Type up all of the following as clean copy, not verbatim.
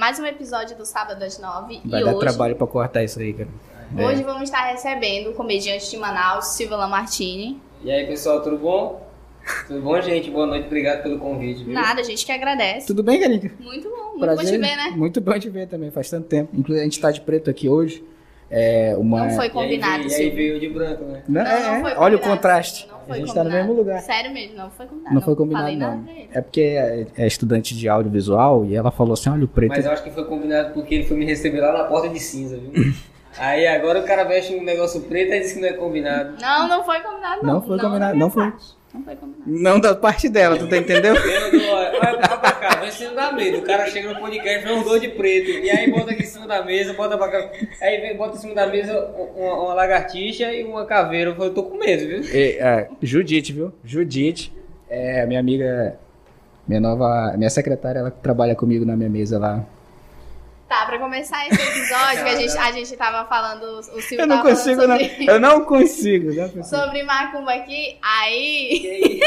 mais um episódio do Sábado às 9. Vai dar trabalho pra cortar isso aí, cara. Hoje vamos estar recebendo o comediante de Manaus, Silvio Lamartine. E aí, pessoal, tudo bom? Tudo bom, gente? Boa noite, obrigado pelo convite. Viu? Nada, a gente que agradece. Tudo bem, Galinha? Muito bom, muito Prazer. bom te ver, né? Muito bom te ver também, faz tanto tempo. Inclusive, a gente tá de preto aqui hoje. Não foi combinado, E aí Silvio. veio de branco, né? Não, Não foi olha o combinado, contraste. Silvio, não A foi gente tá combinado. no mesmo lugar. Sério mesmo, não foi combinado. Não foi combinado, falei nada não. pra ele. É porque é estudante de audiovisual e ela falou assim, olha o preto. Mas eu acho que foi combinado porque ele foi me receber lá na porta de cinza, viu? Aí agora o cara veste um negócio preto e diz que não é combinado. Não foi combinado, não. Não foi combinado, da minha não foi. parte. Não foi combinado. Não da parte dela, tu tá entendendo? Olha pra cá, vai sendo da medo. O cara chega no podcast, vem uns dois de preto. E aí bota aqui em cima da mesa, bota pra cá. Aí vem, bota em cima da mesa uma lagartixa e uma caveira. Eu tô com medo, viu? Judite, viu? Judite. É, minha amiga, minha secretária, ela trabalha comigo na minha mesa lá. Tá, pra começar esse episódio, que a gente tava falando, o Silvio Eu não tava consigo, falando não. sobre, Eu não consigo. sobre macumba aqui, aí E aí?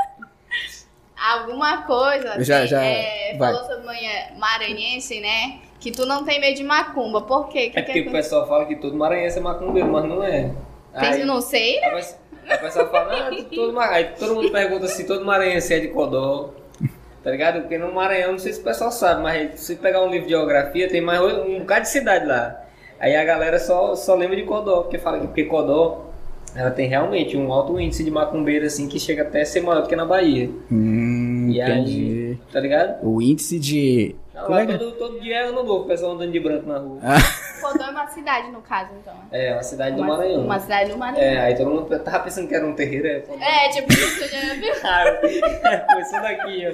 alguma coisa, assim, vai. falou sobre maranhense, né, que tu não tem medo de macumba, por quê? É porque o pessoal fala que todo maranhense é macumbeiro, mas não é. Eu não sei, né? Aí o pessoal fala, aí todo mundo pergunta se todo maranhense é de Codó. Tá ligado? Porque no Maranhão, não sei se o pessoal sabe, mas se pegar um livro de geografia, tem mais um bocado de cidade lá. Aí a galera só lembra de Codó, porque Codó, ela tem realmente um alto índice de macumbeiro, assim, que chega até a ser maior do que na Bahia. E Entendi. aí, tá ligado? O índice de... Não, lá todo dia é ano novo, o pessoal andando de branco na rua. Codó é uma cidade, no caso, então. É, uma cidade do Maranhão. Uma cidade do Maranhão. É, aí todo mundo tava pensando que era um terreiro. Tipo, isso já viu? Começando aqui,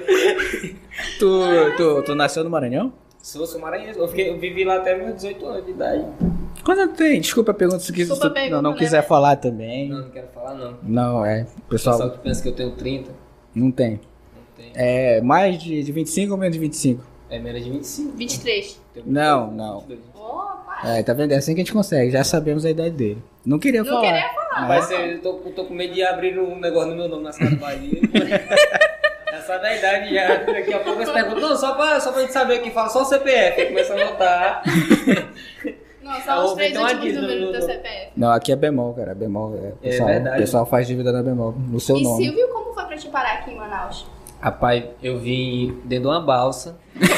ó. Tu nasceu no Maranhão? Sou maranhense, eu vivi lá até meus 18 anos de idade. Quando tem? Desculpa a pergunta, se Desculpa a pergunta, não né? quiser falar também. Não quero falar não. Não, O pessoal pessoal que pensa que eu tenho 30, não tem. não tem. É mais de 25 ou menos de 25? É menos de 25. 23. Não. 22. Opa! Tá vendo? É assim que a gente consegue, já sabemos a idade dele. Não queria Não falar. queria falar. Mas eu tô com medo de abrir um negócio no meu nome na cidade da Bahia. Já sabe a idade já. Daqui a pouco eles perguntam, não, só pra gente saber aqui, fala só o CPF. Aí começa a anotar. Não, só os Eu 3 vou dar uma últimos dívida números do no- teu CPF. Não, aqui é bemol, cara. Bemol. verdade. O pessoal faz dívida na bemol, no seu E nome. Silvio, como foi pra te parar aqui em Manaus? Rapaz, eu vim dentro de uma balsa.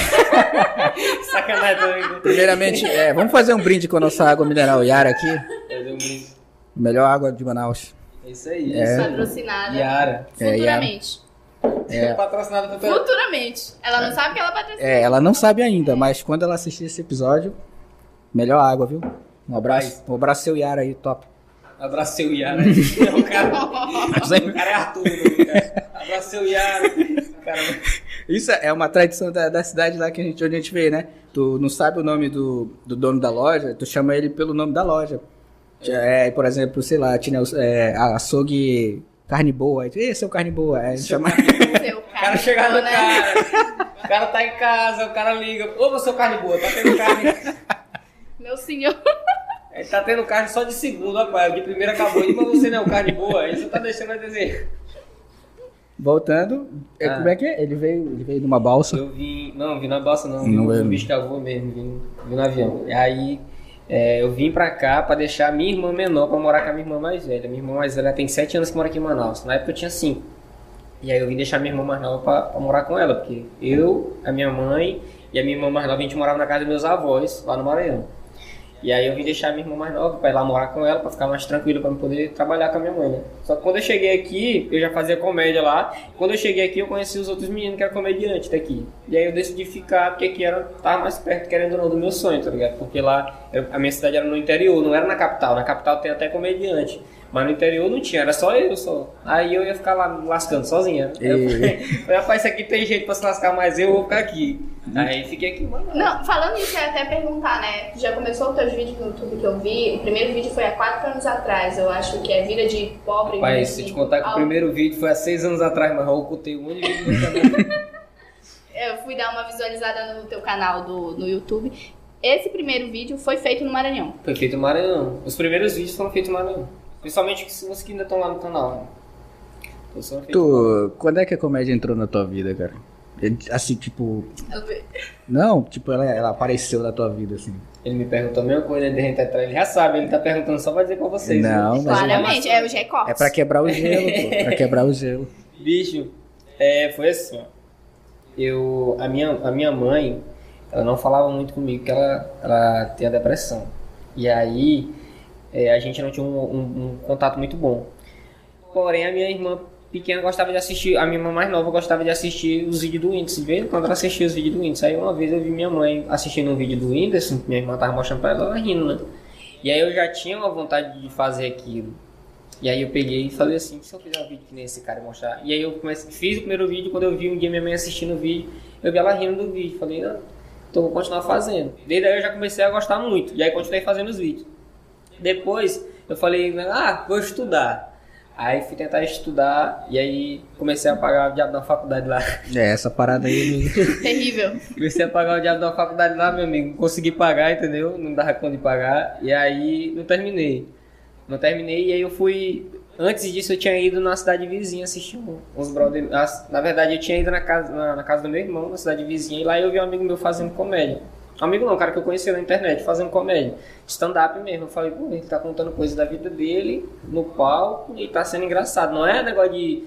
Sacanagem também. Primeiramente, vamos fazer um brinde com a nossa água mineral Yara aqui. Fazer um brinde. Melhor água de Manaus. É isso aí. Patrocinada. Yara. Futuramente. Patrocinada por Futuramente. Ela não sabe que ela patrocina. Ela não sabe ainda, mas quando ela assistir esse episódio, melhor água, viu? Um abraço seu Yara aí, top. Abraço seu Yara. O cara é Arthur, né, cara? Abraço seu Yara. Cara, Isso é uma tradição da cidade lá que onde a gente veio, né? Tu não sabe o nome do dono da loja, tu chama ele pelo nome da loja. Por exemplo, sei lá, tinha açougue Carne Boa. Aí, seu Carne Boa. Aí a gente chama... Seu o cara chega no né? cara. O cara tá em casa, o cara liga. Ô, seu Carne Boa, tá tendo carne. Meu senhor. Ele tá tendo carne só de segundo, rapaz. De primeiro acabou. E mas você não é o Carne Boa? Aí você tá deixando a dizer. Voltando, como é que é? Ele veio numa balsa. Eu vim. Não, vim na balsa não. Não Vim veio. no bicho que avô mesmo. Vim no avião. E aí. Eu vim pra cá pra deixar a minha irmã menor pra morar com a minha irmã mais velha. Minha irmã mais velha tem 7 anos que mora aqui em Manaus. Na época eu tinha 5. E aí eu vim deixar minha irmã mais nova pra morar com ela. Porque eu, a minha mãe e a minha irmã mais nova, a gente morava na casa dos meus avós, lá no Maranhão. E aí eu vim deixar a minha irmã mais nova pra ir lá morar com ela, pra ficar mais tranquilo, pra eu poder trabalhar com a minha mãe, né? Só que quando eu cheguei aqui, eu já fazia comédia lá. Quando eu cheguei aqui, eu conheci os outros meninos que eram comediantes daqui. E aí eu decidi ficar, porque aqui tava mais perto, querendo ou não, do meu sonho, tá ligado? Porque lá, a minha cidade era no interior, não era na capital. Na capital tem até comediante. Mas no interior não tinha, era só eu só. Aí eu ia ficar lá lascando sozinha. Eu falei, rapaz, isso aqui tem jeito pra se lascar, mas eu vou ficar aqui. Aí fiquei aqui, mano. Não, falando isso, eu ia até perguntar, né? Tu já começou os teus vídeos no YouTube que eu vi. O primeiro vídeo foi há 4 anos atrás. Eu acho que é Vida de Pobre. Rapaz, se eu te contar que o primeiro vídeo foi há 6 anos atrás, mas eu ocultei um monte de vídeo no canal. Eu fui dar uma visualizada no teu canal no YouTube. Esse primeiro vídeo foi feito no Maranhão. Foi feito no Maranhão. Os primeiros vídeos foram feitos no Maranhão. Principalmente os que ainda estão lá no canal. Né? Quando é que a comédia entrou na tua vida, cara? Assim, tipo... Não, tipo, ela apareceu na tua vida, assim. Ele me perguntou a mesma coisa, de gente atrás, ele já sabe, ele tá perguntando só pra dizer pra vocês. Não, né? mas Claramente, é o G-Cortes. É pra quebrar o gelo, pô. Pra quebrar o gelo. Bicho, foi assim, ó. A minha mãe, ela não falava muito comigo, porque ela tem a depressão. E aí, a gente não tinha um contato muito bom. Porém, a minha irmã pequena gostava de assistir, a minha irmã mais nova gostava de assistir os vídeos do Whindersson. De vez em quando ela assistia os vídeos do Whindersson. Aí uma vez eu vi minha mãe assistindo um vídeo do Whindersson, minha irmã tava mostrando pra ela rindo, né? E aí eu já tinha uma vontade de fazer aquilo. E aí eu peguei e falei assim, se eu fizer um vídeo que nem esse cara e mostrar. E aí eu fiz o primeiro vídeo, quando eu vi um dia minha mãe assistindo o vídeo, eu vi ela rindo do vídeo. Falei, não, então vou continuar fazendo. Desde aí eu já comecei a gostar muito. E aí continuei fazendo os vídeos. Depois eu falei, vou estudar. Aí fui tentar estudar e aí comecei a pagar o diabo da faculdade lá. Essa parada aí... Terrível. Comecei a pagar o diabo da faculdade lá, meu amigo. Não consegui pagar, entendeu? Não dava conta de pagar. E aí não terminei. E aí eu fui... Antes disso eu tinha ido na cidade vizinha assistir uns brother... Na verdade eu tinha ido na casa do meu irmão, na cidade vizinha. E lá eu vi um amigo meu fazendo comédia. Amigo não, um cara que eu conheci na internet, fazendo comédia. Stand-up mesmo. Eu falei, pô, ele tá contando coisas da vida dele no palco e tá sendo engraçado. Não é negócio de...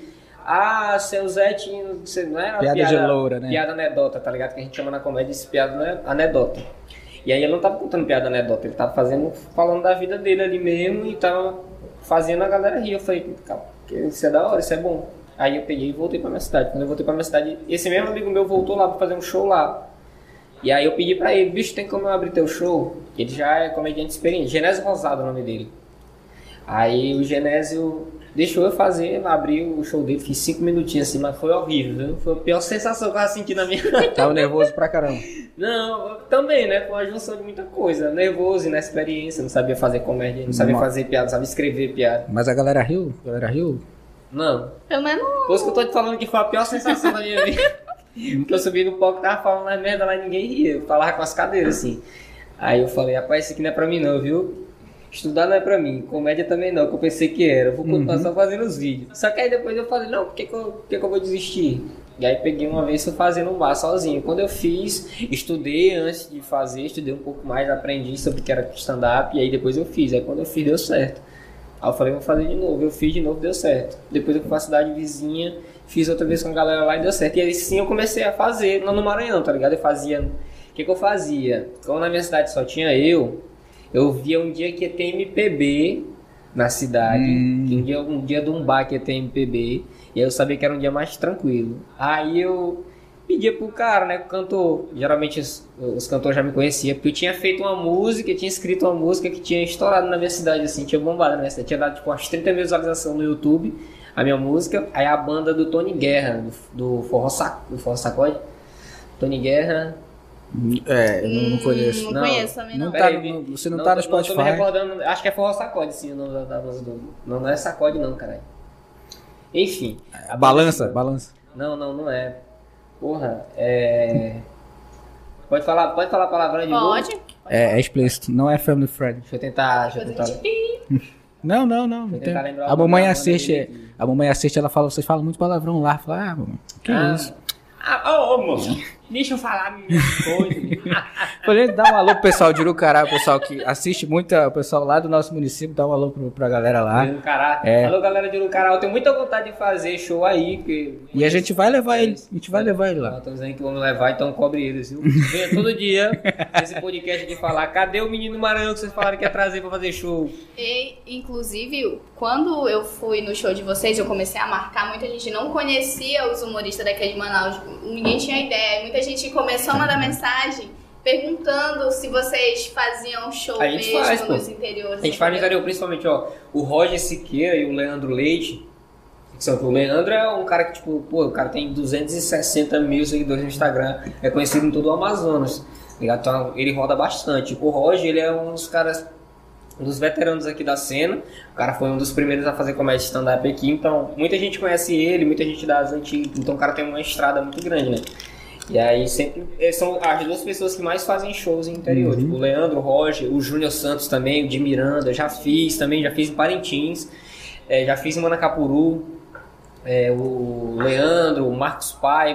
seu Zé tinha... Não é piada de loura, né? Piada anedota, tá ligado? Que a gente chama na comédia de piada anedota. E aí ele não tava contando piada anedota, ele tava falando da vida dele ali mesmo e tava fazendo a galera rir. Eu falei, cara, isso é da hora, isso é bom. Aí eu peguei e voltei pra minha cidade. Quando eu voltei pra minha cidade, esse mesmo amigo meu voltou lá pra fazer um show lá. E aí eu pedi pra ele, bicho, tem como eu abrir teu show? Ele já é comediante experiente, Genésio Rosado é o nome dele. Aí o Genésio deixou eu fazer, abri o show dele, fiz 5 minutinhos assim, mas foi horrível, viu? Foi a pior sensação que eu senti na minha vida. Tava nervoso pra caramba. Não, também, né? Foi uma junção de muita coisa. Nervoso, inexperiência, não sabia fazer comédia, não sabia fazer piada, não sabia escrever piada. Mas a galera riu? Não. Pelo menos... Por isso que eu tô te falando que foi a pior sensação da minha vida. Porque eu subi no palco e tava falando na merda lá e ninguém ria. Eu falava com as cadeiras assim. Aí eu falei, rapaz, isso aqui não é pra mim não, viu? Estudar não é pra mim, comédia também não, que eu pensei que era. Eu vou continuar só fazendo os vídeos. Só que aí depois eu falei, não, por que eu vou desistir? E aí peguei uma vez fazendo um bar sozinho. Quando eu fiz, estudei antes de fazer, estudei um pouco mais, aprendi sobre o que era stand-up e aí depois eu fiz. Aí quando eu fiz deu certo. Aí eu falei, vou fazer de novo. Eu fiz de novo, deu certo. Depois eu fui pra cidade vizinha, fiz outra vez com a galera lá e deu certo. E aí sim eu comecei a fazer, não no Maranhão, tá ligado? Eu fazia... O que eu fazia? Como na minha cidade só tinha eu via um dia que ia ter MPB na cidade, um dia de um bar que ia ter MPB, e aí eu sabia que era um dia mais tranquilo. Aí eu pedia pro cara, né, o cantor, geralmente os cantores já me conheciam, porque eu tinha feito uma música, eu tinha escrito uma música que tinha estourado na minha cidade, assim, tinha bombado na minha cidade, tinha dado tipo umas 30 mil visualizações no YouTube, a minha música, aí a banda do Tony Guerra, do Forró Sacode, Tony Guerra... eu não conheço. Não conheço também não. Você não tá no Spotify. Não tô me recordando, acho que é Forró Sacode, sim, o nome da música do... Não é Sacode não, caralho. Enfim. Balança. Não é. Porra, Pode falar palavrão de novo? Pode. É explícito, não é family friend. Deixa eu tentar... Não. tentar lembrar A mamãe da assiste, ela fala, vocês falam muito palavrão lá. Fala, mamãe, que isso? Moço, deixa eu falar minha coisa. Falei, dá um alô pro pessoal de Urucará, o pessoal que assiste muito, o pessoal lá do nosso município, dá um alô pra galera lá. Urucará. Alô, galera de Urucará, eu tenho muita vontade de fazer show aí. Porque... E a gente vai levar ele, lá. Estão dizendo que vão me levar, então cobre eles, viu? Venha todo dia nesse podcast de falar, cadê o menino Maranhão que vocês falaram que ia trazer pra fazer show? E, inclusive, quando eu fui no show de vocês, eu comecei a marcar, muita gente não conhecia os humoristas daqui de Manaus, ninguém tinha ideia, muita gente começou a mandar mensagem perguntando se vocês faziam show mesmo nos interiores. A gente faz no interior, principalmente, o Roger Siqueira e o Leandro Leite. O Leandro é um cara que, tipo, o cara tem 260 mil seguidores no Instagram, é conhecido em todo o Amazonas, ligado? Então, ele roda bastante. O Roger, ele é um dos caras, um dos veteranos aqui da cena, o cara foi um dos primeiros a fazer comédia stand-up aqui, então muita gente conhece ele, muita gente das antigas, então o cara tem uma estrada muito grande, né? E aí sempre são as duas pessoas que mais fazem shows no interior, tipo o Leandro, o Roger, o Júnior Santos também, o de Miranda, já fiz em Parintins, já fiz em Manacapuru, o Leandro, o Marcos Paiva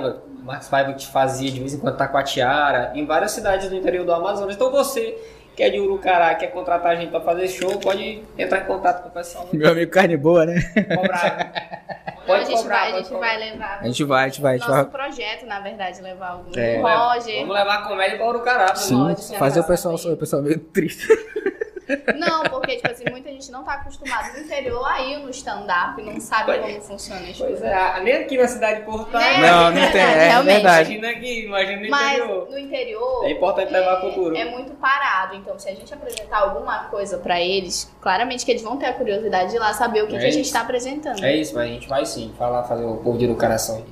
Marcos Paiva que fazia de vez em quando Taquatiara, em várias cidades do interior do Amazonas. Então você que é de Urucará, quer contratar a gente pra fazer show, pode entrar em contato com o pessoal. Meu amigo carne boa, né? Cobrar. A gente vai levar. A gente vai. Nosso projeto, na verdade, levar algum. É. Roger. Vamos levar a comédia pra Urucará. Sim, fazer o pessoal meio triste. Não, porque, tipo assim, muita gente não tá acostumada no interior a ir no stand-up, não sabe como funciona as Pois coisas. é, nem aqui na cidade por tá. Não tem, é Realmente. verdade. Imagina aqui, imagina no Mas interior. no interior É importante levar a cultura. é muito parado. Então, se a gente apresentar alguma coisa pra eles, claramente que eles vão ter a curiosidade de ir lá saber o que a gente isso. tá apresentando. É isso, mas a gente vai sim, fazer o povo de Urucaração aí.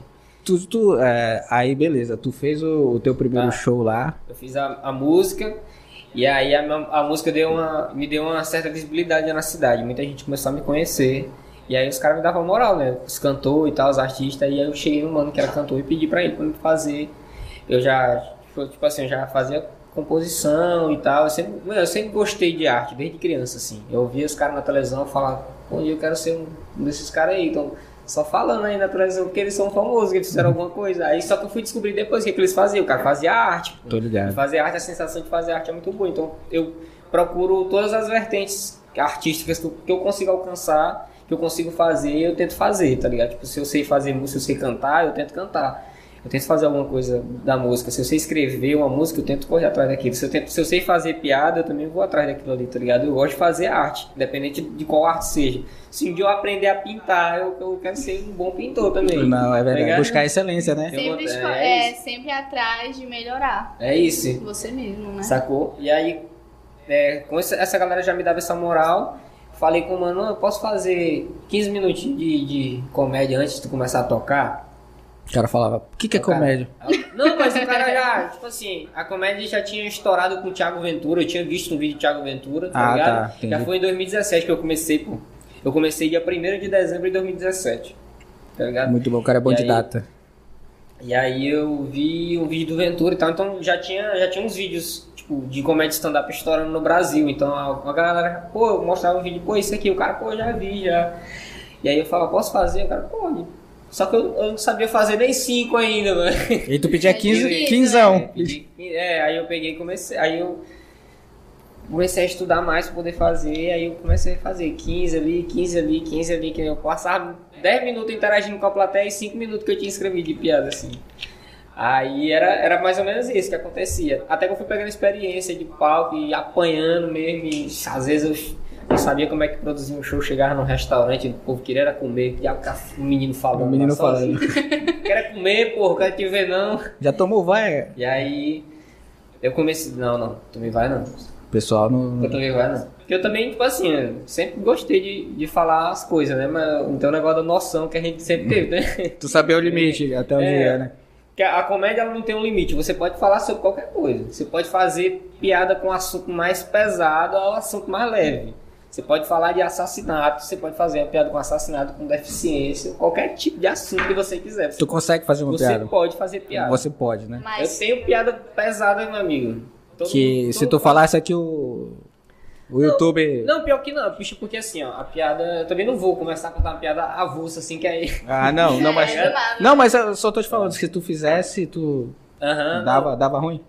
Aí beleza, tu fez o teu primeiro show lá. Eu fiz a música e aí a música me deu uma certa visibilidade na cidade. Muita gente começou a me conhecer. E aí os caras me davam moral, né? Os cantores e tal, os artistas. E aí eu cheguei no mano que era cantor e pedi pra ele fazer. Eu já fazia composição e tal. Eu sempre gostei de arte, desde criança, assim. Eu ouvia os caras na televisão falar, pô, eu quero ser um desses caras aí. Então, só falando aí na televisão porque eles são famosos, que eles fizeram alguma coisa. Aí só que eu fui descobrir depois o que eles faziam. O cara fazia arte. Pô. Tô ligado. Fazer arte, a sensação de fazer arte é muito boa. Então eu procuro todas as vertentes artísticas que eu consigo alcançar, que eu consigo fazer, eu tento fazer, tá ligado? Tipo, se eu sei fazer música, se eu sei cantar, eu tento cantar. Eu tento fazer alguma coisa da música. Se eu sei escrever uma música, eu tento correr atrás daquilo. Se eu sei fazer piada, eu também vou atrás daquilo ali, tá ligado? Eu gosto de fazer arte, independente de qual arte seja. Se um dia eu aprender a pintar, eu quero ser um bom pintor também. Não, é verdade. Tá buscar excelência, né? Sempre atrás de melhorar. É isso. Você mesmo, né? Sacou? E aí, com essa galera já me dava essa moral. Falei com o mano, eu posso fazer 15 minutinhos de comédia antes de começar a tocar? O cara falava, o que é comédia? Não, mas o cara já, tipo assim, a comédia já tinha estourado com o Thiago Ventura, eu tinha visto um vídeo do Thiago Ventura, tá ligado? Tá, já foi em 2017 que eu comecei, pô. Eu comecei dia 1º de dezembro de 2017, tá ligado? Muito bom, o cara é bom de data. E aí eu vi um vídeo do Ventura e tal, então já tinha uns vídeos, tipo, de comédia stand-up estourando no Brasil, então a galera, pô, eu mostrava um vídeo, pô, isso aqui, o cara, pô, já vi, já. E aí eu falava, posso fazer? O cara, pode. Só que eu não sabia fazer nem 5 ainda, mano. E tu pedia 15. Aí eu peguei e comecei. Aí eu comecei a estudar mais pra poder fazer. Aí eu comecei a fazer 15 ali, 15 ali, 15 ali. Que eu passava 10 minutos interagindo com a plateia e 5 minutos que eu tinha escrevido de piada, assim. Aí era mais ou menos isso que acontecia. Até que eu fui pegando experiência de palco e apanhando mesmo. E às vezes eu sabia como é que produzia um show, chegava num restaurante, o povo queria era comer, e o menino falando. O menino falando. Quero comer, porra, quero te ver não. Já tomou vai? E aí eu comecei, não, também vai não. O pessoal não... Eu também vai não. Porque eu também, tipo assim, sempre gostei de falar as coisas, né? Mas não tem um negócio da noção que a gente sempre teve, né? Tu sabia o limite, até onde é, né? Porque a comédia ela não tem um limite, você pode falar sobre qualquer coisa. Você pode fazer piada com um assunto mais pesado ou um assunto mais leve. Você pode falar de assassinato, você pode fazer uma piada com assassinato, com deficiência, qualquer tipo de assunto que você quiser. Tu consegue fazer uma piada? Você pode fazer piada. Você pode, né? Mas... Eu tenho piada pesada, meu amigo. Se tu falasse aqui o YouTube... Não, pior que não, bicho, porque assim, ó, a piada... Eu também não vou começar a contar uma piada avulsa, assim, que aí... Não, mas eu só tô te falando, se tu fizesse, tu... dava ruim?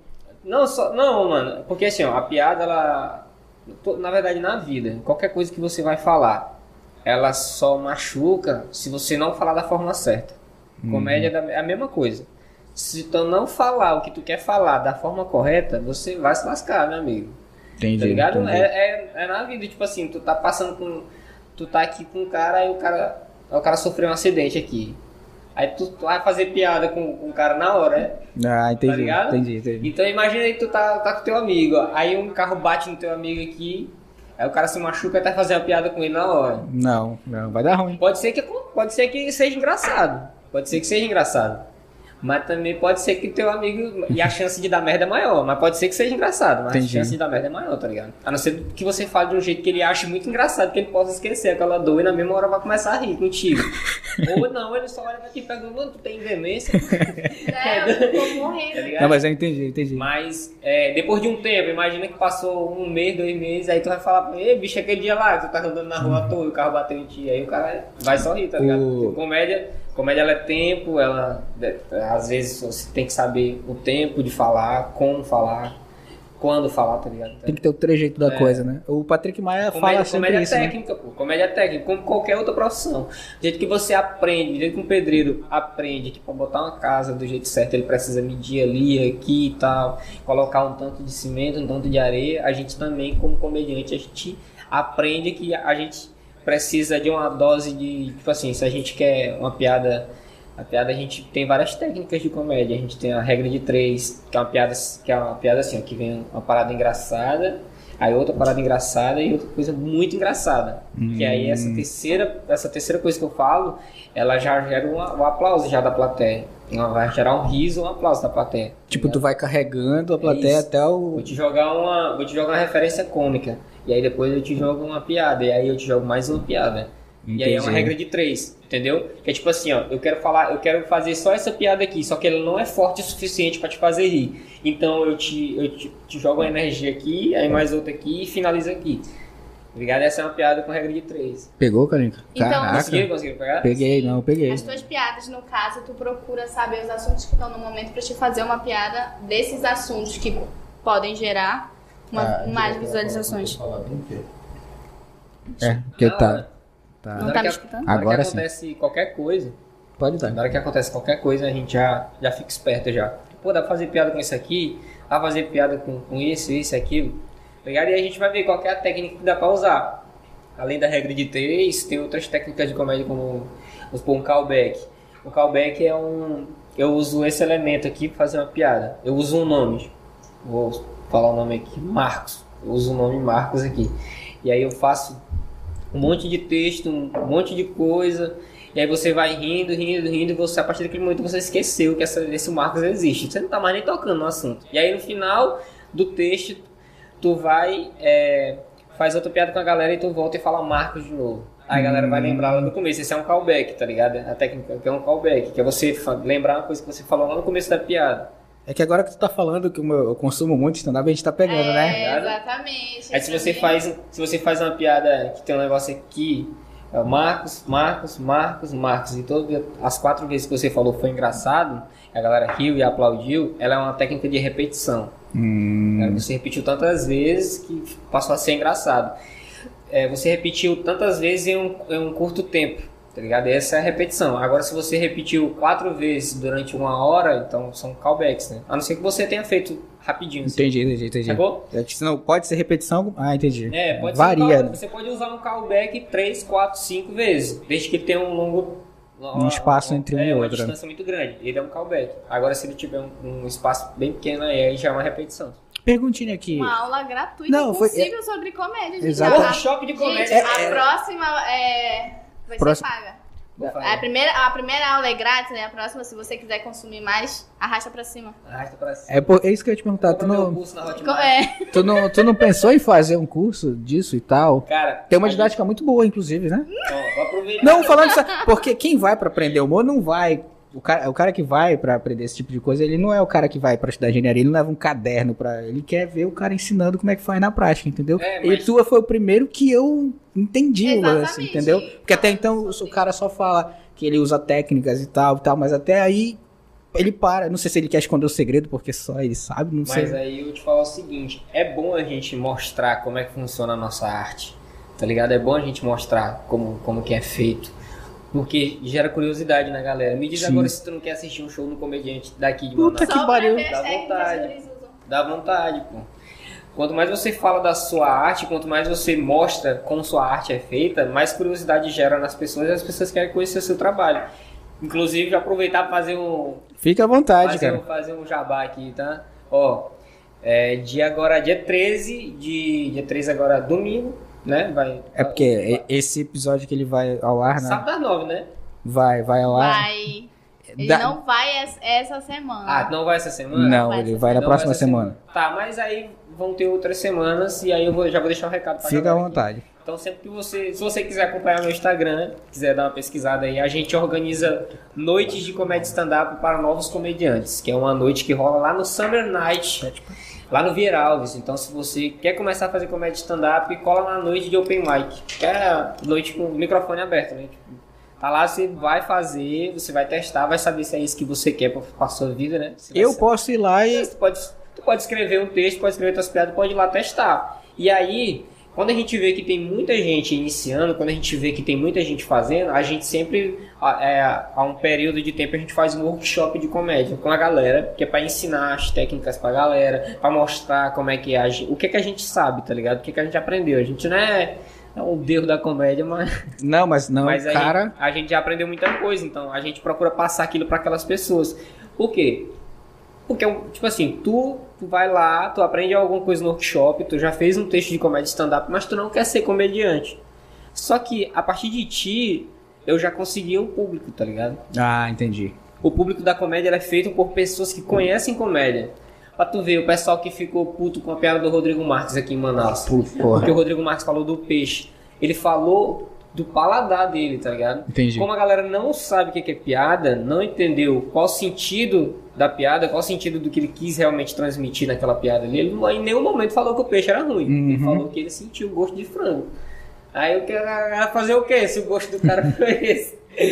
Não, mano, porque assim, ó, a piada, ela... Na verdade, na vida, qualquer coisa que você vai falar, ela só machuca se você não falar da forma certa. Comédia é a mesma coisa. Se tu não falar o que tu quer falar da forma correta, você vai se lascar, meu amigo. Entendi. Tá ligado? Entendi. É na vida, tipo assim, tu tá passando com... Tu tá aqui com um cara e o cara sofreu um acidente aqui. Aí tu vai fazer piada com o cara na hora, né? Ah, entendi, tá ligado? entendi. Então imagina aí que tu tá com teu amigo, ó. Aí um carro bate no teu amigo aqui, aí o cara se machuca e tá fazendo uma piada com ele na hora. Não, vai dar ruim. Pode ser que seja engraçado. Mas também pode ser que teu amigo... E a chance de dar merda é maior. Mas pode ser que seja engraçado. Mas Entendi. a chance de dar merda é maior, tá ligado? A não ser que você fale de um jeito que ele ache muito engraçado, que ele possa esquecer aquela dor e na mesma hora vai começar a rir contigo. Ou não, ele só olha pra ti e pergunta, mano, tu tem demência? eu tô morrendo. Tá ligado? Não, mas eu entendi. Mas depois de um tempo, imagina que passou 1 mês, 2 meses, aí tu vai falar pra ele, bicho, aquele dia lá que tu tá andando na rua à toa e o carro bateu em ti. Aí o cara vai só rir, tá ligado? Comédia Comédia, ela é tempo, às vezes você tem que saber o tempo de falar, como falar, quando falar, tá ligado? Tem que ter o trejeito da coisa, né? O Patrick Maia fala sempre comédia isso, técnica, né? pô. Comédia técnica, como qualquer outra profissão. Do jeito que você aprende, do jeito que um pedreiro aprende que pra botar uma casa do jeito certo, ele precisa medir ali, aqui e tal, colocar um tanto de cimento, um tanto de areia. A gente também, como comediante, a gente aprende que a gente precisa de uma dose de, tipo assim, se a gente quer uma piada, a gente tem várias técnicas de comédia. A gente tem a regra de 3, que é uma piada assim, ó, que vem uma parada engraçada, aí outra parada engraçada e outra coisa muito engraçada. Que aí essa terceira coisa que eu falo, ela já gera um aplauso já da plateia. Ela vai gerar um riso, um aplauso da plateia. Tipo, tu vai carregando a plateia até o... Vou te jogar uma referência cômica. E aí depois eu te jogo uma piada. E aí eu te jogo mais uma piada. Entendi. E aí é uma regra de 3, entendeu? Que é tipo assim, ó, eu quero fazer só essa piada aqui, só que ela não é forte o suficiente pra te fazer rir. Então eu te jogo uma energia aqui, aí mais outra aqui e finaliza aqui. Obrigado, essa é uma piada com regra de 3. Pegou, Carinca? Então, Caraca. Conseguiu pegar? Peguei. As tuas piadas, no caso, tu procura saber os assuntos que estão no momento pra te fazer uma piada desses assuntos que podem gerar mais visualizações. Porque tá... Não tá me escutando? Na hora Agora que sim. acontece qualquer coisa, Pode dar. na hora que acontece qualquer coisa, a gente já fica esperto já. Pô, dá pra fazer piada com isso aqui, dá pra fazer piada com isso, aquilo. Ligado? E aí a gente vai ver qual que é a técnica que dá pra usar. Além da regra de 3, tem outras técnicas de comédia como um callback. O callback é eu uso esse elemento aqui pra fazer uma piada. Eu uso um nome. Vou falar o nome aqui, Marcos. Eu uso o nome Marcos aqui. E aí eu faço um monte de texto, um monte de coisa, e aí você vai rindo, e você, a partir daquele momento você esqueceu que esse Marcos existe, você não tá mais nem tocando no assunto. E aí no final do texto, tu vai, faz outra piada com a galera e tu volta e fala Marcos de novo. Aí a galera vai lembrar lá no começo, esse é um callback, tá ligado? A técnica que é um callback, que é você lembrar uma coisa que você falou lá no começo da piada. É que agora que tu tá falando que eu consumo muito stand-up, a gente tá pegando, né? Exatamente. É Aí se você faz uma piada que tem um negócio aqui, é Marcos, e todas as 4 vezes que você falou foi engraçado, a galera riu e aplaudiu, ela é uma técnica de repetição. Você repetiu tantas vezes que passou a ser engraçado. Você repetiu tantas vezes em um curto tempo. Tá ligado? Essa é a repetição. Agora, se você repetiu 4 vezes durante 1 hora, então são callbacks, né? A não ser que você tenha feito rapidinho. Assim. Entendi. Sacou? Senão pode ser repetição. Ah, entendi. Pode Varia. ser você pode usar um callback 3, 4, 5 vezes, desde que ele tenha um espaço entre um e uma outro. distância muito grande. Ele é um callback. Agora, se ele tiver um espaço bem pequeno, aí já é uma repetição. Perguntinha aqui. Uma aula gratuita impossível sobre comédia. Gente. Exato. Workshop de comédia. Gente, a próxima vai ser paga. A primeira aula é grátis, né? A próxima, se você quiser consumir mais, arrasta pra cima. É isso que eu ia te perguntar. Tu não pensou em fazer um curso disso e tal? Cara, tem uma didática muito boa, inclusive, né? Vou aproveitar. Não, falando isso, porque quem vai pra aprender humor não vai... O cara que vai pra aprender esse tipo de coisa, ele não é o cara que vai pra estudar engenharia, ele não leva um caderno pra... Ele quer ver o cara ensinando como é que faz na prática, entendeu? E tua foi o primeiro que eu entendi o lance, entendeu? Porque até então o cara só fala que ele usa técnicas e tal, mas até aí ele para. Não sei se ele quer esconder o segredo, porque só ele sabe, não sei. Mas aí eu te falo o seguinte, é bom a gente mostrar como é que funciona a nossa arte, tá ligado? É bom a gente mostrar como que é feito. Porque gera curiosidade na galera. Me diz agora se tu não quer assistir um show no comediante daqui de Manaus. Puta que pariu. Dá vontade, pô. Quanto mais você fala da sua arte, quanto mais você mostra como sua arte é feita, mais curiosidade gera nas pessoas e as pessoas querem conhecer o seu trabalho. Inclusive, aproveitar para fazer Fica à vontade, cara. Fazer um jabá aqui, tá? Dia 13, dia 13 agora domingo, né? Porque esse episódio que ele vai ao ar, né? Sábado às 9, né? Vai ao ar. Vai. Ele não vai essa semana. Ah, não vai essa semana? Não, ele vai na próxima semana. Tá, mas aí vão ter outras semanas e aí já vou deixar um recado pra Fica à vontade. Aqui. Então sempre que se você quiser acompanhar meu Instagram, quiser dar uma pesquisada aí, a gente organiza noites de comédia stand-up para novos comediantes, que é uma noite que rola lá no Summer Night, lá no Vieralves. Então se você quer começar a fazer comédia stand-up, cola na noite de Open Mic, que é a noite com o microfone aberto, né? Tá lá, você vai fazer, você vai testar, vai saber se é isso que você quer pra sua vida, né? Eu posso ir lá e... Tu pode escrever um texto, pode escrever tuas piadas, pode ir lá testar. E aí, quando a gente vê que tem muita gente iniciando, quando a gente vê que tem muita gente fazendo, a gente sempre, há um período de tempo, a gente faz um workshop de comédia com a galera, que é pra ensinar as técnicas pra galera, pra mostrar como é que age, o que a gente sabe, tá ligado? O que a gente aprendeu. A gente não é o deus da comédia, mas... Não, mas cara... A gente já aprendeu muita coisa, então a gente procura passar aquilo pra aquelas pessoas. Por quê? Porque, tipo assim, tu vai lá, tu aprende alguma coisa no workshop, tu já fez um texto de comédia stand-up, mas tu não quer ser comediante. Só que, a partir de ti, eu já consegui um público, tá ligado? Ah, entendi. O público da comédia é feito por pessoas que conhecem comédia. Pra tu ver, o pessoal que ficou puto com a piada do Rodrigo Marques aqui em Manaus. Porque o Rodrigo Marques falou do peixe. Ele falou do paladar dele, tá ligado? Entendi. Como a galera não sabe o que é piada, não entendeu qual o sentido da piada, qual o sentido do que ele quis realmente transmitir naquela piada ali, ele em nenhum momento falou que o peixe era ruim. Uhum. Ele falou que ele sentiu o gosto de frango. Aí eu quero fazer o quê se o gosto do cara foi esse?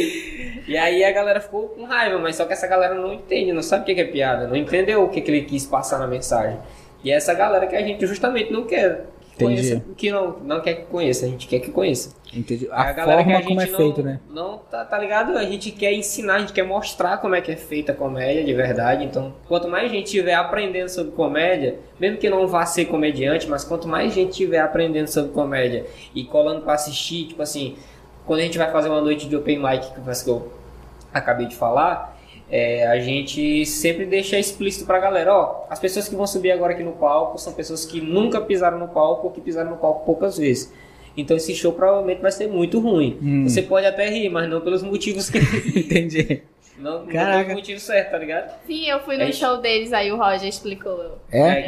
E aí a galera ficou com raiva, mas só que essa galera não entende, não sabe o que é piada, não entendeu o que ele quis passar na mensagem. E é essa galera que a gente justamente não quer que conheça, que não quer que conheça, a gente quer que conheça. Entendi. A galera forma como é feito, né? Não, tá ligado? A gente quer ensinar, a gente quer mostrar como é que é feita a comédia de verdade. Então, quanto mais gente estiver aprendendo sobre comédia, mesmo que não vá ser comediante, mas quanto mais gente estiver aprendendo sobre comédia e colando pra assistir, tipo assim, quando a gente vai fazer uma noite de open mic, que eu acabei de falar, a gente sempre deixa explícito pra galera, ó, as pessoas que vão subir agora aqui no palco são pessoas que nunca pisaram no palco ou que pisaram no palco poucas vezes. Então esse show provavelmente vai ser muito ruim. Você pode até rir, mas não pelos motivos que... Entendi. Não pelos motivos certos, tá ligado? Sim, eu fui no show deles, aí o Roger explicou.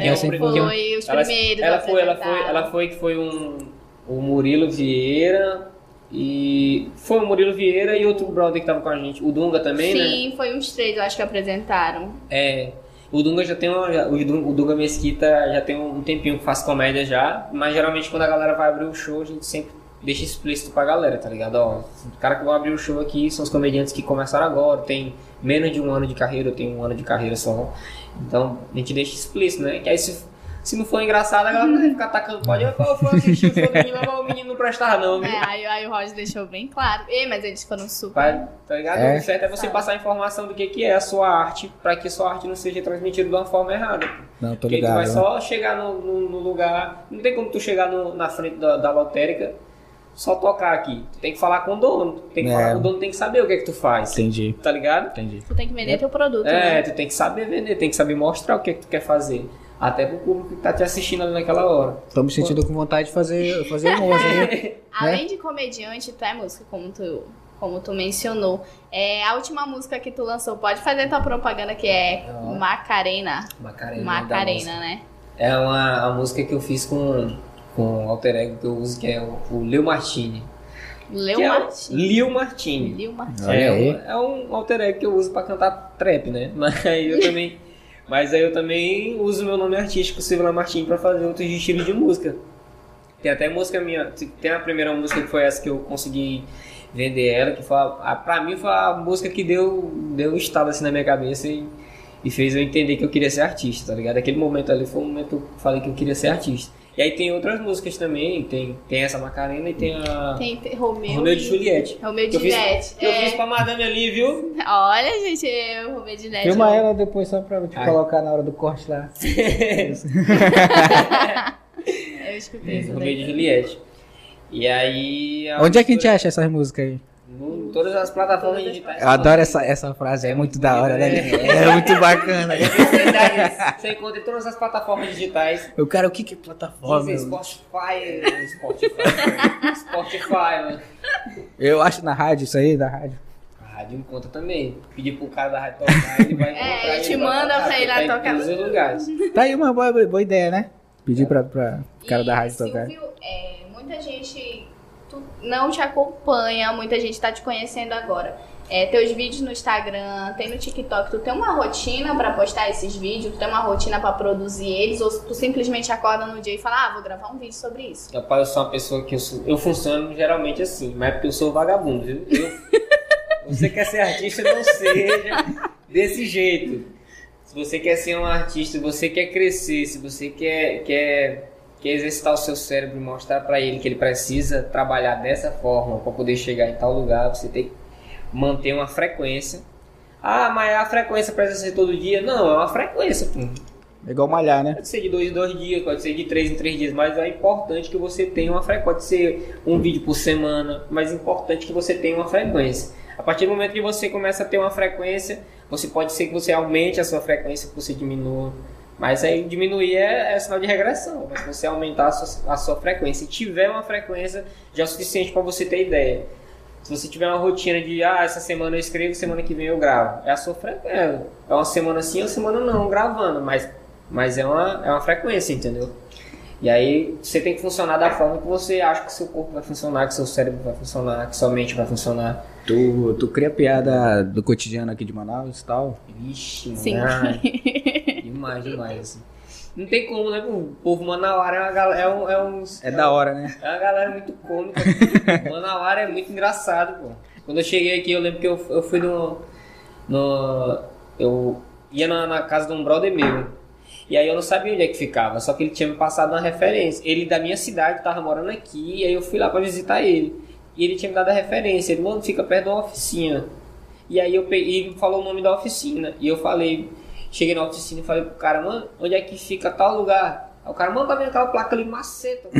Foi os primeiros. Ela foi o Murilo Vieira... E foi o Murilo Vieira e outro brother que tava com a gente. O Dunga também, né? Sim, foi uns 3, eu acho que apresentaram. O Dunga já tem o Dunga Mesquita já tem um tempinho que faz comédia já. Mas geralmente quando a galera vai abrir o show, a gente sempre deixa explícito pra galera, tá ligado? Ó, o cara que vai abrir o show aqui são os comediantes que começaram agora. Tem menos de um ano de carreira, eu tenho um ano de carreira só. Então a gente deixa explícito, né? Que aí se não for engraçado, a galera vai ficar atacando pode. Eu fui assistir o show do menino, mas o menino não prestava não, viu? Aí o Roger deixou bem claro. Mas eles foram super... Tá ligado? O certo é você passar a informação do que é a sua arte, pra que a sua arte não seja transmitida de uma forma errada. Não, tô ligado. Porque tu vai só chegar no lugar... Não tem como tu chegar na frente da lotérica, só tocar aqui. Tu tem que falar com o dono. O dono tem que saber o que é que tu faz. Entendi. Tá ligado? Entendi. Tu tem que vender teu produto, né? Tu tem que saber vender, tem que saber mostrar o que é que tu quer fazer. Até pro público que tá te assistindo ali naquela hora. Tô me sentindo com vontade de fazer humor, né? Além de comediante, tu é música, como tu mencionou. A última música que tu lançou, pode fazer tua propaganda, que é Macarena. Macarena, né? É uma música que eu fiz com o alter ego que eu uso, que é o Leo Martini. Leo Martini. É um alter ego que eu uso pra cantar trap, né? Mas aí eu também uso meu nome artístico, Silvio Martins, pra fazer outros estilos de música. Tem até música minha, tem a primeira música que foi essa que eu consegui vender ela, que foi pra mim foi a música que deu um estalo assim na minha cabeça e fez eu entender que eu queria ser artista, tá ligado? Aquele momento ali foi o momento que eu falei que eu queria ser artista. E aí tem outras músicas também, tem essa Macarena e tem a... Tem Romeu de Juliette. Romeu de Juliette. Eu fiz pra madame ali, viu? Olha, gente, Romeu de Juliette. Filma ela depois só pra te colocar na hora do corte lá. Eu escutei isso. Romeu de Juliette. E aí... Onde é que a gente acha essas músicas aí? Em todas as plataformas digitais. Eu adoro essa frase, é muito da hora, né? É muito bacana. Você encontra em todas as plataformas digitais. Eu quero o que é plataforma? Spotify, mano. Eu acho na rádio isso aí, da rádio. A rádio encontra também. Pedir pro cara da rádio tocar, ele vai encontrar. Ele te manda pra ir lá tocar. Em todos os lugares. Tá aí uma boa ideia, né? Pedir pra cara da rádio tocar. Silvio, muita gente não te acompanha, muita gente tá te conhecendo agora. Teus vídeos no Instagram, tem no TikTok, tu tem uma rotina pra postar esses vídeos, tu tem uma rotina pra produzir eles, ou tu simplesmente acorda no dia e fala, vou gravar um vídeo sobre isso? Rapaz, eu sou uma pessoa que eu funciono geralmente assim, mas é porque eu sou vagabundo, viu? Se você quer ser artista, não seja desse jeito. Se você quer ser um artista, se você quer crescer, se você quer exercitar o seu cérebro e mostrar para ele que ele precisa trabalhar dessa forma para poder chegar em tal lugar, você tem que manter uma frequência. Ah, mas a frequência precisa ser todo dia? Não, é uma frequência, pô. É igual malhar, né? Pode ser de 2 em 2 dias, pode ser de 3 em 3 dias, mas é importante que você tenha uma frequência. Pode ser um vídeo por semana, mas é importante que você tenha uma frequência. A partir do momento que você começa a ter uma frequência, você pode ser que você aumente a sua frequência, que você diminua. Mas aí diminuir é sinal de regressão. Mas você aumentar a sua frequência. Se tiver uma frequência, já é o suficiente para você ter ideia. Se você tiver uma rotina de essa semana eu escrevo, semana que vem eu gravo. É a sua frequência. É uma semana sim, uma semana não, gravando. Mas é uma frequência, entendeu? E aí você tem que funcionar da forma que você acha que seu corpo vai funcionar, que seu cérebro vai funcionar, que sua mente vai funcionar. Tu cria piada do cotidiano aqui de Manaus e tal? Vixe, Sim. mano. Demais, assim. Não tem como, né? O povo manauara é uma galera. É da hora, né? É uma galera muito cômica. Manauara é muito engraçado, pô. Quando eu cheguei aqui, eu lembro que eu fui eu ia na casa de um brother meu. E aí eu não sabia onde é que ficava, só que ele tinha me passado uma referência. Ele da minha cidade, tava morando aqui, e aí eu fui lá pra visitar ele. E ele tinha me dado a referência, ele, mano, fica perto de uma oficina. E aí ele falou o nome da oficina, e eu falei, cheguei na oficina e falei pro cara, mano, onde é que fica tal lugar? Aí o cara, mano, tá vendo aquela placa ali, Maceta.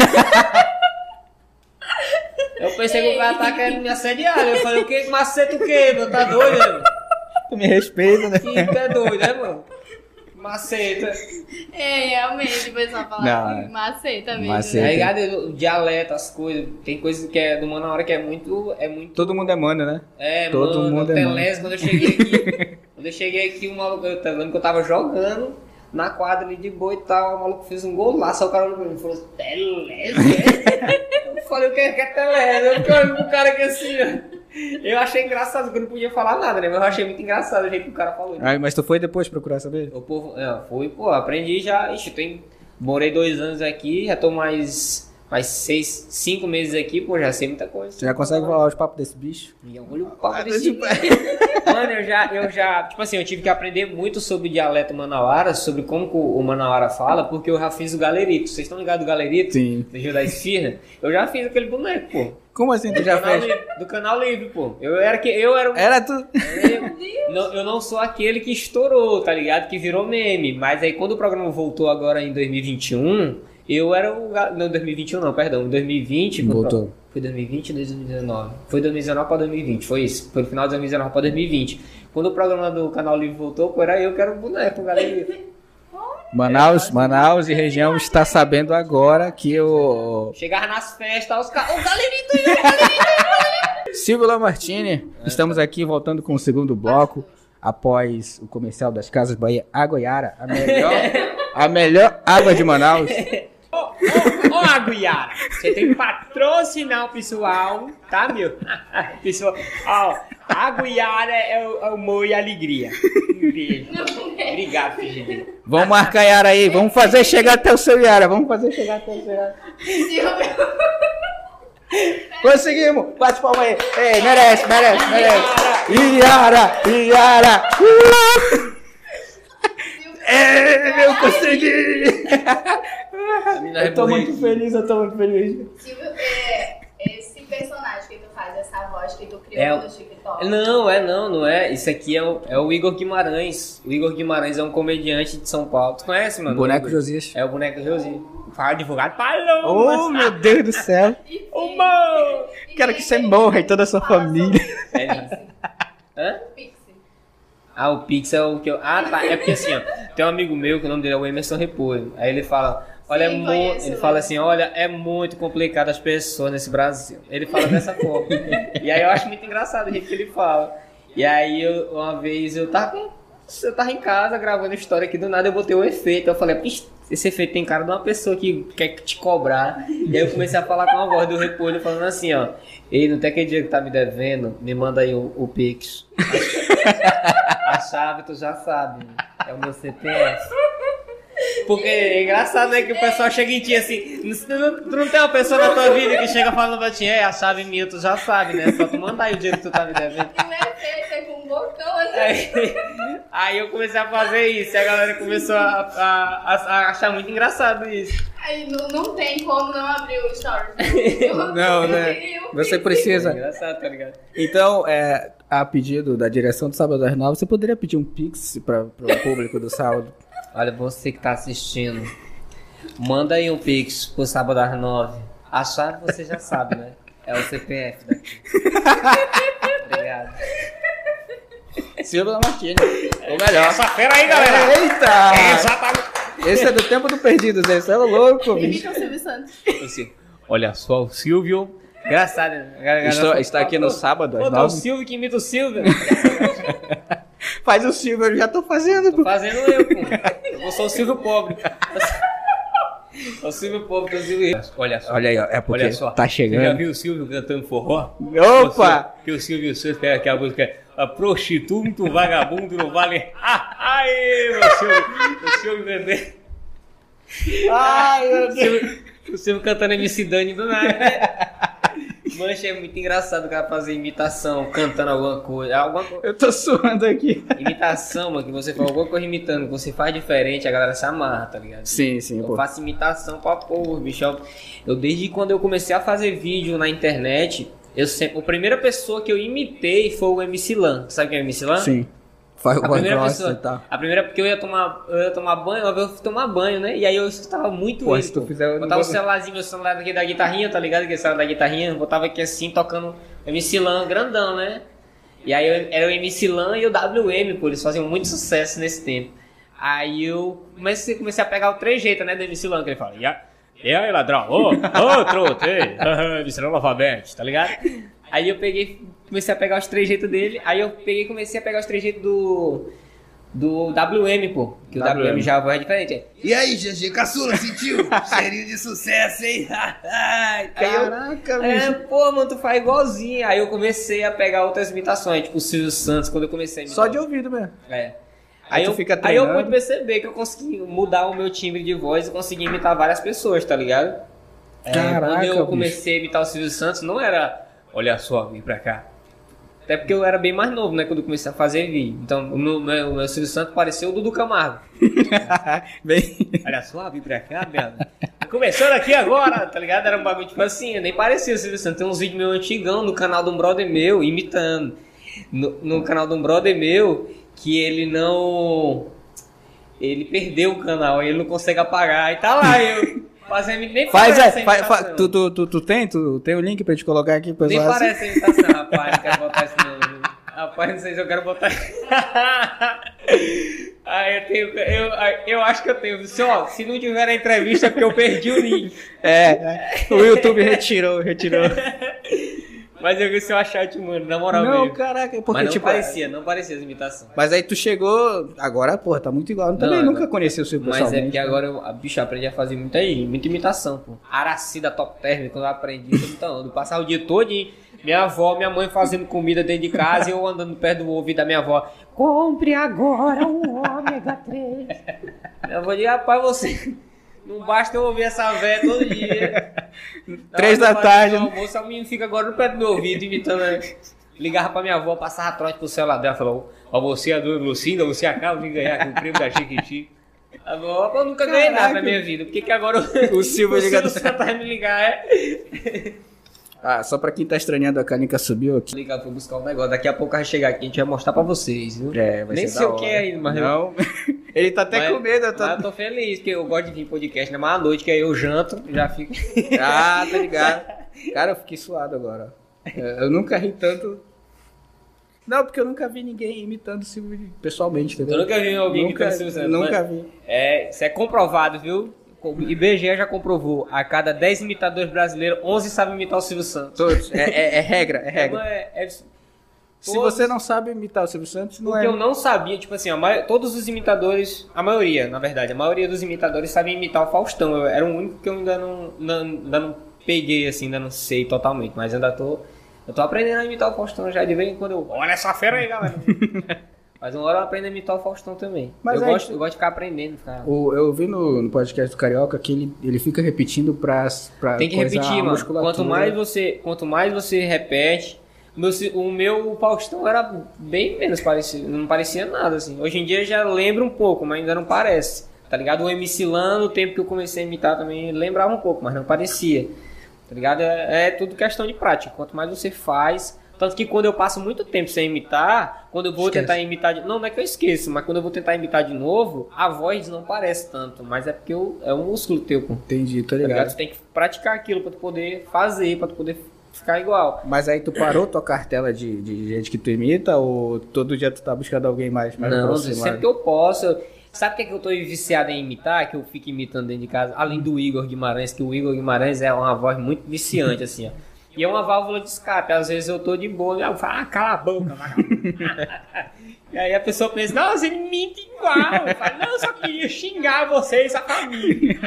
Eu pensei que o cara tá querendo me assediar, eu falei, o que, Maceta o quê, meu, tá doido, mano? Tu me respeita, né? Tu é doido, né, mano? Maceta. É, realmente, o pessoal fala Não, maceta mesmo. maceta. Tá ligado? O dialeto, as coisas. Tem coisas que é do Manaus que é muito. Todo mundo é mano, né? É, Todo mano, mundo é Telés, quando eu cheguei aqui, o maluco, eu lembro que eu tava jogando na quadra ali de boa e tal, o maluco fez um golaço, aí o cara olhou pra mim e falou, Telés, Eu falei, o que é Telés? Eu fiquei olhando pro cara aqui assim, ó. Eu achei engraçado, porque eu não podia falar nada, né? Mas eu achei muito engraçado o jeito que o cara falou. Ah, mas tu foi depois procurar saber? O povo, fui, pô, aprendi já, morei 2 anos aqui, já tô mais 5 meses aqui, pô, já sei muita coisa. Tu já consegue falar os papos desse bicho? E olha o papo desse Mano, eu já, tipo assim, eu tive que aprender muito sobre o dialeto manauara, sobre como o manauara fala, porque eu já fiz o galerito. Vocês estão ligados do galerito? Sim. Do Rio da Esfirra? Eu já fiz aquele boneco, pô. Como assim tu já fez? Do Canal Livre, pô. Eu era um... Era tu? Eu não sou aquele que estourou, tá ligado? Que virou meme. Mas aí quando o programa voltou agora em 2021, eu era o... Não, 2021 não, perdão. Em 2020... Voltou. Foi 2020 ou 2019? Foi 2019 pra 2020, foi isso. Foi no final de 2019 pra 2020. Quando o programa do Canal Livre voltou, pô, era eu que era o boneco, galera. Manaus e região está sabendo agora que o... Chegava nas festas, os caras... Ô, galerito aí, Silvio Lamartine, estamos aqui voltando com o segundo bloco, após o comercial das Casas Bahia Água Iara, a melhor água de Manaus. Ô, Aguiara, você tem que patrocinar o pessoal, tá, meu? Pessoal, ó, Aguiara é o amor e a alegria. Um beijo. Obrigado, filho. Vamos marcar Iara aí, vamos fazer chegar até o seu Iara, Conseguimos, bate palma aí. Ei, merece. Iara. Eu consegui. Eu tô muito feliz. Silvio, esse personagem que tu faz, essa voz que tu criou no TikTok. Não é. Isso aqui é o Igor Guimarães. O Igor Guimarães é um comediante de São Paulo. Tu conhece, mano? Boneco Josias. É o boneco Josias. Fala advogado Paloma. Oh, meu Deus do céu. Quero que você morra e toda a sua família. Hã? Ah, o Pix é o que eu... Ah, tá. É porque assim, ó, tem um amigo meu que o nome dele é o Emerson Repolho. Aí ele fala... Olha, ele fala assim, olha, é muito complicado as pessoas nesse Brasil. Ele fala dessa forma. E aí eu acho muito engraçado o jeito que ele fala. E aí, uma vez, eu tava em casa gravando história aqui, do nada eu botei um efeito. Eu falei, esse efeito tem cara de uma pessoa que quer te cobrar. E aí eu comecei a falar com a voz do Repolho, falando assim, ó. Ei, não tem aquele dia que tá me devendo? Me manda aí o Pix. A chave tu já sabe. É o meu CPF. Porque é engraçado, né? Que o pessoal chega em ti assim. Tu não tem uma pessoa na tua vida que chega falando pra ti, a chave minha tu já sabe, né? Só tu mandar aí o dinheiro que tu tá me devendo. Você com um bocão assim. Aí eu comecei a fazer isso e a galera começou a achar muito engraçado isso. Aí não tem como não abrir o stories. Não, né? Você precisa. É engraçado, tá ligado? Então, a pedido da direção do Sábado às 9, você poderia pedir um pix para o público do sábado? Olha, você que tá assistindo, manda aí um pix pro Sábado às 9. A chave você já sabe, né? É o CPF daqui. Obrigado. Silvio Lamartine. Ou melhor. Essa fera aí, galera. Eita! Exatamente. Esse é do tempo do Perdidos, esse é louco, bicho. Imita o Silvio Santos. Assim, olha só, o Silvio. Engraçado, né? Está aqui no sábado às Pô, 9. o Silvio que imita o Silvio. Faz o Silvio, eu já tô fazendo. Tô fazendo eu, pô. Eu sou o Silvio pobre. O Silvio pobre, o Silvio. Olha só. Olha aí, ó, é porque Olha só. tá Você já chegando. viu o Silvio cantando forró? Opa! Que o Silvio Santos pega aquela música. A prostituto, vagabundo, não vale. Aê, o Silvio cantando. Ai, meu Deus. O Silvio cantando MC Dani do nada, né? Mancha, é muito engraçado o cara fazer imitação, cantando alguma coisa. Eu tô suando aqui. Imitação, mano, que você fala alguma coisa imitando, que você faz diferente, a galera se amarra, tá ligado? Sim, sim, Eu pô. faço imitação pra porra, bicho. Eu desde quando eu comecei a fazer vídeo na internet, a primeira pessoa que eu imitei foi o MC Lan. Sabe quem é o MC Lan? Sim. Faz o A primeira grossa pessoa, e tal. a primeira, porque eu ia tomar banho, eu fui tomar banho, né? E aí eu escutava muito Pô, ele, se tu pô. fizer, eu não Botava o vou- celularzinho, meu celular aqui da guitarrinha, tá ligado? Que celular da guitarrinha, botava aqui assim, tocando MC Lan grandão, né? E aí era o MC Lan e o WM, pô, eles faziam muito sucesso nesse tempo. Aí eu comecei a pegar o trejeito, né, do MC Lan, que ele fala, e aí, ladrão, ô, truto, ei, MC Lan novamente, tá ligado? Aí eu comecei a pegar os trejeitos dele, aí eu comecei a pegar os trejeitos do WM, pô. Que o WM já a voz é diferente. E aí, GG Caçula, sentiu? Cheirinho de sucesso, hein? Caraca, bicho. Pô, mano, tu faz igualzinho. Aí eu comecei a pegar outras imitações, tipo o Silvio Santos, quando eu comecei a imitar. Só de ouvido mesmo. É. Aí Aí tu eu, fica aí eu treinando. pude perceber que eu consegui mudar o meu timbre de voz e consegui imitar várias pessoas, tá ligado? Caraca, Quando eu bicho. comecei a imitar o Silvio Santos, não era, olha só, vem pra cá. Até porque eu era bem mais novo, né, quando eu comecei a fazer vídeo. Então, o meu Silvio Santos pareceu o Dudu Camargo. Bem... Olha só, vem pra cá, Bela. Começando aqui agora, tá ligado? Era um bagulho tipo assim, eu nem parecia o Silvio Santos. Tem uns vídeos meus antigão no canal de um brother meu, imitando. No canal de um brother meu, que ele não... Ele perdeu o canal, aí ele não consegue apagar. E tá lá eu fazendo... Nem parece a imitação. Tu tem o link pra gente colocar aqui, pessoal? Nem parece a imitação, rapaz. Não quero botar isso não. Viu? Rapaz, não sei se eu quero botar. Eu acho que eu tenho. Se não tiver na entrevista é porque eu perdi o link. O YouTube retirou. Mas eu vi se eu achar, te mando, na moral Não, mesmo. caraca, porque Mas não tipo... não parecia as imitações. Mas aí tu chegou... Agora, porra, tá muito igual. Eu também Não, nunca conheci o Silvio Mas é pessoalmente. porque agora eu aprendi a fazer muita imitação, pô. Aracida Top Term, quando eu aprendi, então, eu passava o dia todo e minha mãe fazendo comida dentro de casa e eu andando perto do ouvido da minha avó. Compre agora o ômega 3. Eu vou dizer, rapaz, você... Não basta eu ouvir essa véia todo dia. 3 da tarde. O almoço, a menina fica agora no pé do meu ouvido, imitando. Né? Ligava pra minha avó, passava trote pro celular dela, falou: ó, você é a dona Lucinda, você acaba de ganhar com o prêmio da Chiquiti. A avó, eu nunca ganhei nada na minha vida. Por que agora O Silvio liga só tá me ligar, só pra quem tá estranhando, a Canica subiu aqui. Ligar pra buscar um negócio. Daqui a pouco vai chegar aqui, a gente vai mostrar pra vocês, viu? Vai Nem ser sei da o que hora. é ainda, mas Não. Ele tá até com medo. Mas eu tô feliz, porque eu gosto de vir em podcast, né? Mas à noite, que aí eu janto, já fico. Tá ligado. Cara, eu fiquei suado agora. Eu nunca ri tanto. Não, porque eu nunca vi ninguém imitando o Silvio pessoalmente, entendeu? Eu nunca vi alguém imitando o Silvio Santos. Nunca mas vi. Isso é comprovado, viu? O IBGE já comprovou. A cada 10 imitadores brasileiros, 11 sabem imitar o Silvio Santos. Todos. É regra. Se você não sabe imitar o Silvio Santos, não O é. que eu não sabia, tipo assim, todos os imitadores, a maioria, na verdade, a maioria dos imitadores sabem imitar o Faustão. Eu era o único que eu ainda não peguei, assim, ainda não sei totalmente, mas eu tô aprendendo a imitar o Faustão já de vez em quando eu... Olha essa fera aí, galera! Mas uma hora eu aprendo a imitar o Faustão também. Mas eu aí- gosto de ficar aprendendo. Eu vi no podcast do Carioca que ele fica repetindo pra Tem que coisar repetir, a mano. musculatura. Quanto mais você repete... O meu Faustão era bem menos parecido. Não parecia nada, assim. Hoje em dia já lembra um pouco, mas ainda não parece. Tá ligado? O MC Lan, no tempo que eu comecei a imitar também, lembrava um pouco, mas não parecia. Tá ligado? É tudo questão de prática. Quanto mais você faz... Tanto que quando eu passo muito tempo sem imitar, quando eu vou tentar imitar... Não é que eu esqueço, mas quando eu vou tentar imitar de novo, a voz não parece tanto. Mas é porque é um músculo teu, pô. Entendi, tô Tá ligado? ligado. Você tem que praticar aquilo pra tu poder fazer, pra tu poder ficar igual. Mas aí tu parou tua cartela de gente que tu imita ou todo dia tu tá buscando alguém mais Não, aproximado? sempre que eu posso. Sabe o que é que eu tô viciado em imitar? Que eu fico imitando dentro de casa? Além do Igor Guimarães, que o Igor Guimarães é uma voz muito viciante, assim, ó. E é uma válvula de escape. Às vezes eu tô de boa, eu falo, cala a boca, vagabundo. E aí a pessoa pensa, nossa, ele imita igual. Eu falo, não, eu só queria xingar você e essa família.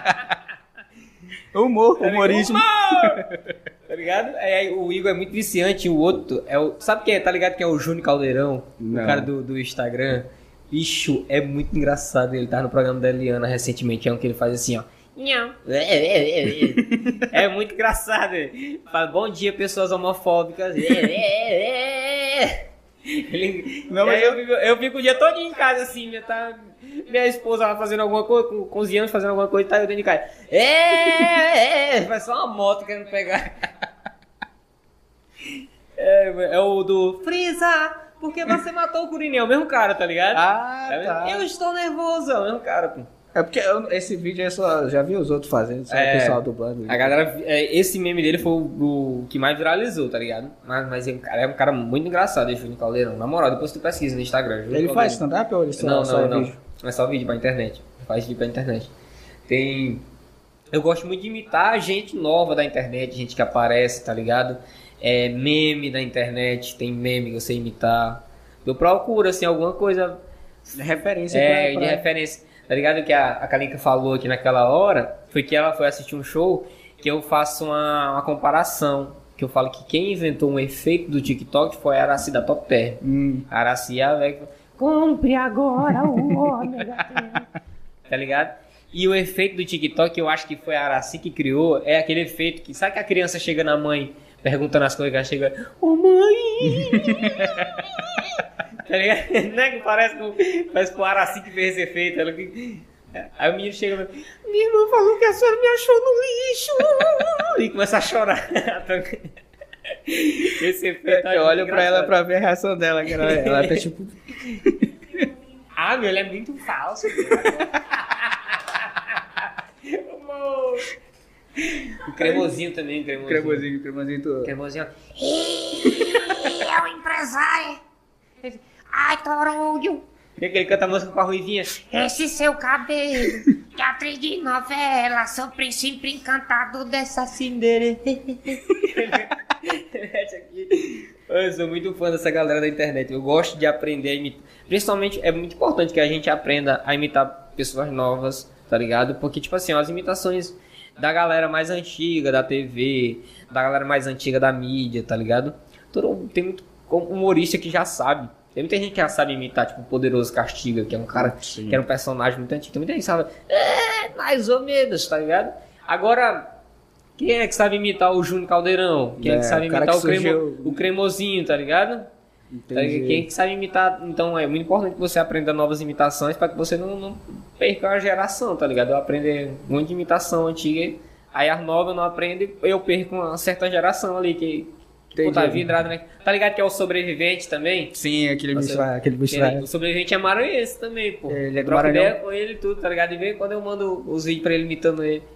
Humorismo. Tá ligado? Aí o Igor é muito viciante, o outro é o... Sabe quem é? Tá ligado quem é o Júnior Caldeirão? Não. O cara do Instagram. Bicho, é muito engraçado. Ele tava no programa da Eliana recentemente, é um que ele faz assim, ó. É muito engraçado. Fala, bom dia, pessoas homofóbicas. Não, mas eu fico o dia todo em casa assim, minha esposa lá fazendo alguma coisa, cozinhando, fazendo alguma coisa, tá eu dentro de casa. Faz só uma moto querendo pegar. É o do Frieza, porque você matou o Curininho, é o mesmo cara, tá ligado? Tá. Eu estou nervoso, é o mesmo cara, pô. É porque esse vídeo eu só já vi os outros fazendo, só o pessoal dublando. A galera, esse meme dele foi o que mais viralizou, tá ligado? Mas é um cara muito engraçado, esse Júnior Caldeirão. Na moral, depois tu pesquisa no Instagram. Júnior Ele Caldeirão. faz stand-up ou ele só Não. vídeo? É só vídeo pra internet. Faz vídeo pra internet. Eu gosto muito de imitar gente nova da internet, gente que aparece, tá ligado? Meme da internet, tem meme que você imitar. Eu procuro, assim, alguma coisa... Referência de referência. Tá ligado que a Kalinka falou aqui naquela hora, foi que ela foi assistir um show que eu faço uma comparação, que eu falo que quem inventou um efeito do TikTok foi a Araci da Top Term. A Araci é a velha que falou, compre agora o ômega 3. Tá ligado? E o efeito do TikTok, eu acho que foi a Araci que criou, é aquele efeito que, sabe que a criança chega na mãe perguntando as coisas, que ela chega, ô mãe! Tá ligado? Não é que parece com o Araci que fez esse efeito. Aí o menino chega e fala, minha irmã falou que a senhora me achou no lixo. E começa a chorar. Esse efeito Eu olho pra ela pra ver a reação dela, que ela tá tipo... meu, ele é muito falso. O cremosinho também, Cremosinho. Cremosinho. É o empresário. Ai, Toronho, E aquele canta música com a ruivinha. esse seu cabelo, que atriz de novela, sou príncipe encantado dessa Cinderela. Eu sou muito fã dessa galera da internet. Eu gosto de aprender a imitar. Principalmente, é muito importante que a gente aprenda a imitar pessoas novas, tá ligado? Porque, tipo assim, as imitações da galera mais antiga da TV, da galera mais antiga da mídia, tá ligado? Tem muito humorista que já sabe. Tem muita gente que já sabe imitar, tipo o Poderoso Castiga, que é um cara que era um personagem muito antigo. Tem muita gente que sabe, mais ou menos, tá ligado? Agora, quem é que sabe imitar o Júnior Caldeirão? Quem é que sabe imitar o Cremosinho, tá ligado? Quem é que sabe imitar? Então é muito importante que você aprenda novas imitações para que você não perca uma geração, tá ligado? Eu aprendo um monte de imitação antiga, aí as novas eu não aprendo e eu perco uma certa geração ali que tá vidrado, né? Tá ligado que é o Sobrevivente também? Sim, aquele bicho lá. O Sobrevivente é maranhense também, pô. Ele é do Troca Maranhão. ideia com ele e tudo, tá ligado? E vê quando eu mando os vídeos pra ele imitando ele.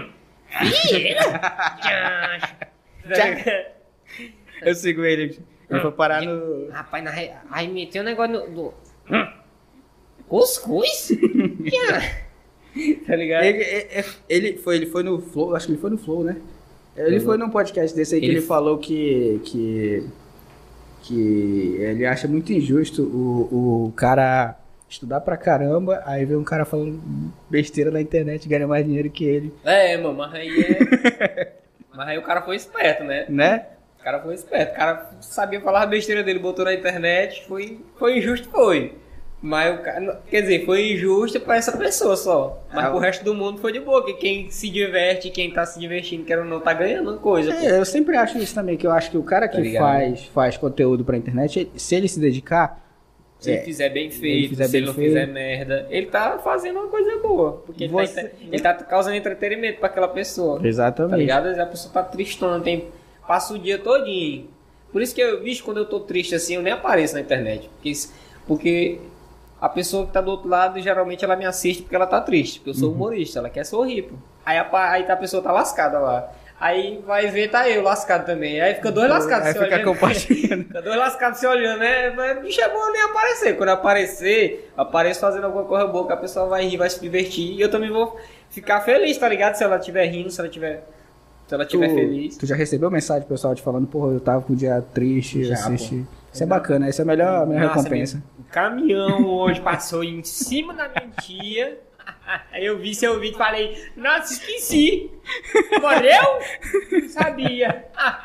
Eu sigo ele. Ele foi parar no... Rapaz, aí meteu um negócio do... Cuscuz? Tá ligado? Ele foi no Flow, acho que ele foi no Flow, né? Ele foi num podcast desse aí que ele falou que ele acha muito injusto o cara estudar pra caramba, aí vê um cara falando besteira na internet e ganha mais dinheiro que ele. Mano, mas aí o cara foi esperto, né? Né? O cara foi esperto. O cara sabia falar a besteira dele, botou na internet. Foi injusto, foi. Mas o cara, quer dizer, foi injusto pra essa pessoa só. Mas pro resto do mundo foi de boa. Que quem se diverte, quem tá se divertindo, quer ou não, tá ganhando coisa. Eu sempre acho isso também, que eu acho que o cara que faz conteúdo pra internet, se ele se dedicar... Se ele fizer bem feito, se ele não fizer merda, ele tá fazendo uma coisa boa. Porque ele tá causando entretenimento pra aquela pessoa. Exatamente. Tá ligado? A pessoa tá tristona, passa o dia todinho. Por isso que quando eu tô triste assim, eu nem apareço na internet. Porque a pessoa que tá do outro lado, geralmente ela me assiste porque ela tá triste. Porque eu sou humorista, ela quer sorrir, pô. Aí a pessoa tá lascada lá. Aí vai ver, tá eu lascado também. Aí fica dois lascados se olhando. Aí fica compartilhando. Fica dois lascados se olhando, né? Bicho, é bom nem aparecer. Quando aparecer, apareço fazendo alguma coisa boa, que a pessoa vai rir, vai se divertir. E eu também vou ficar feliz, tá ligado? Se ela estiver rindo, se ela estiver feliz. Tu já recebeu mensagem do pessoal te falando, porra, eu tava com um dia triste, já assisti. Isso é bacana, essa é a melhor recompensa. O caminhão hoje passou em cima da minha tia. Aí eu vi seu vídeo e falei, nossa, esqueci. Morreu? Não sabia.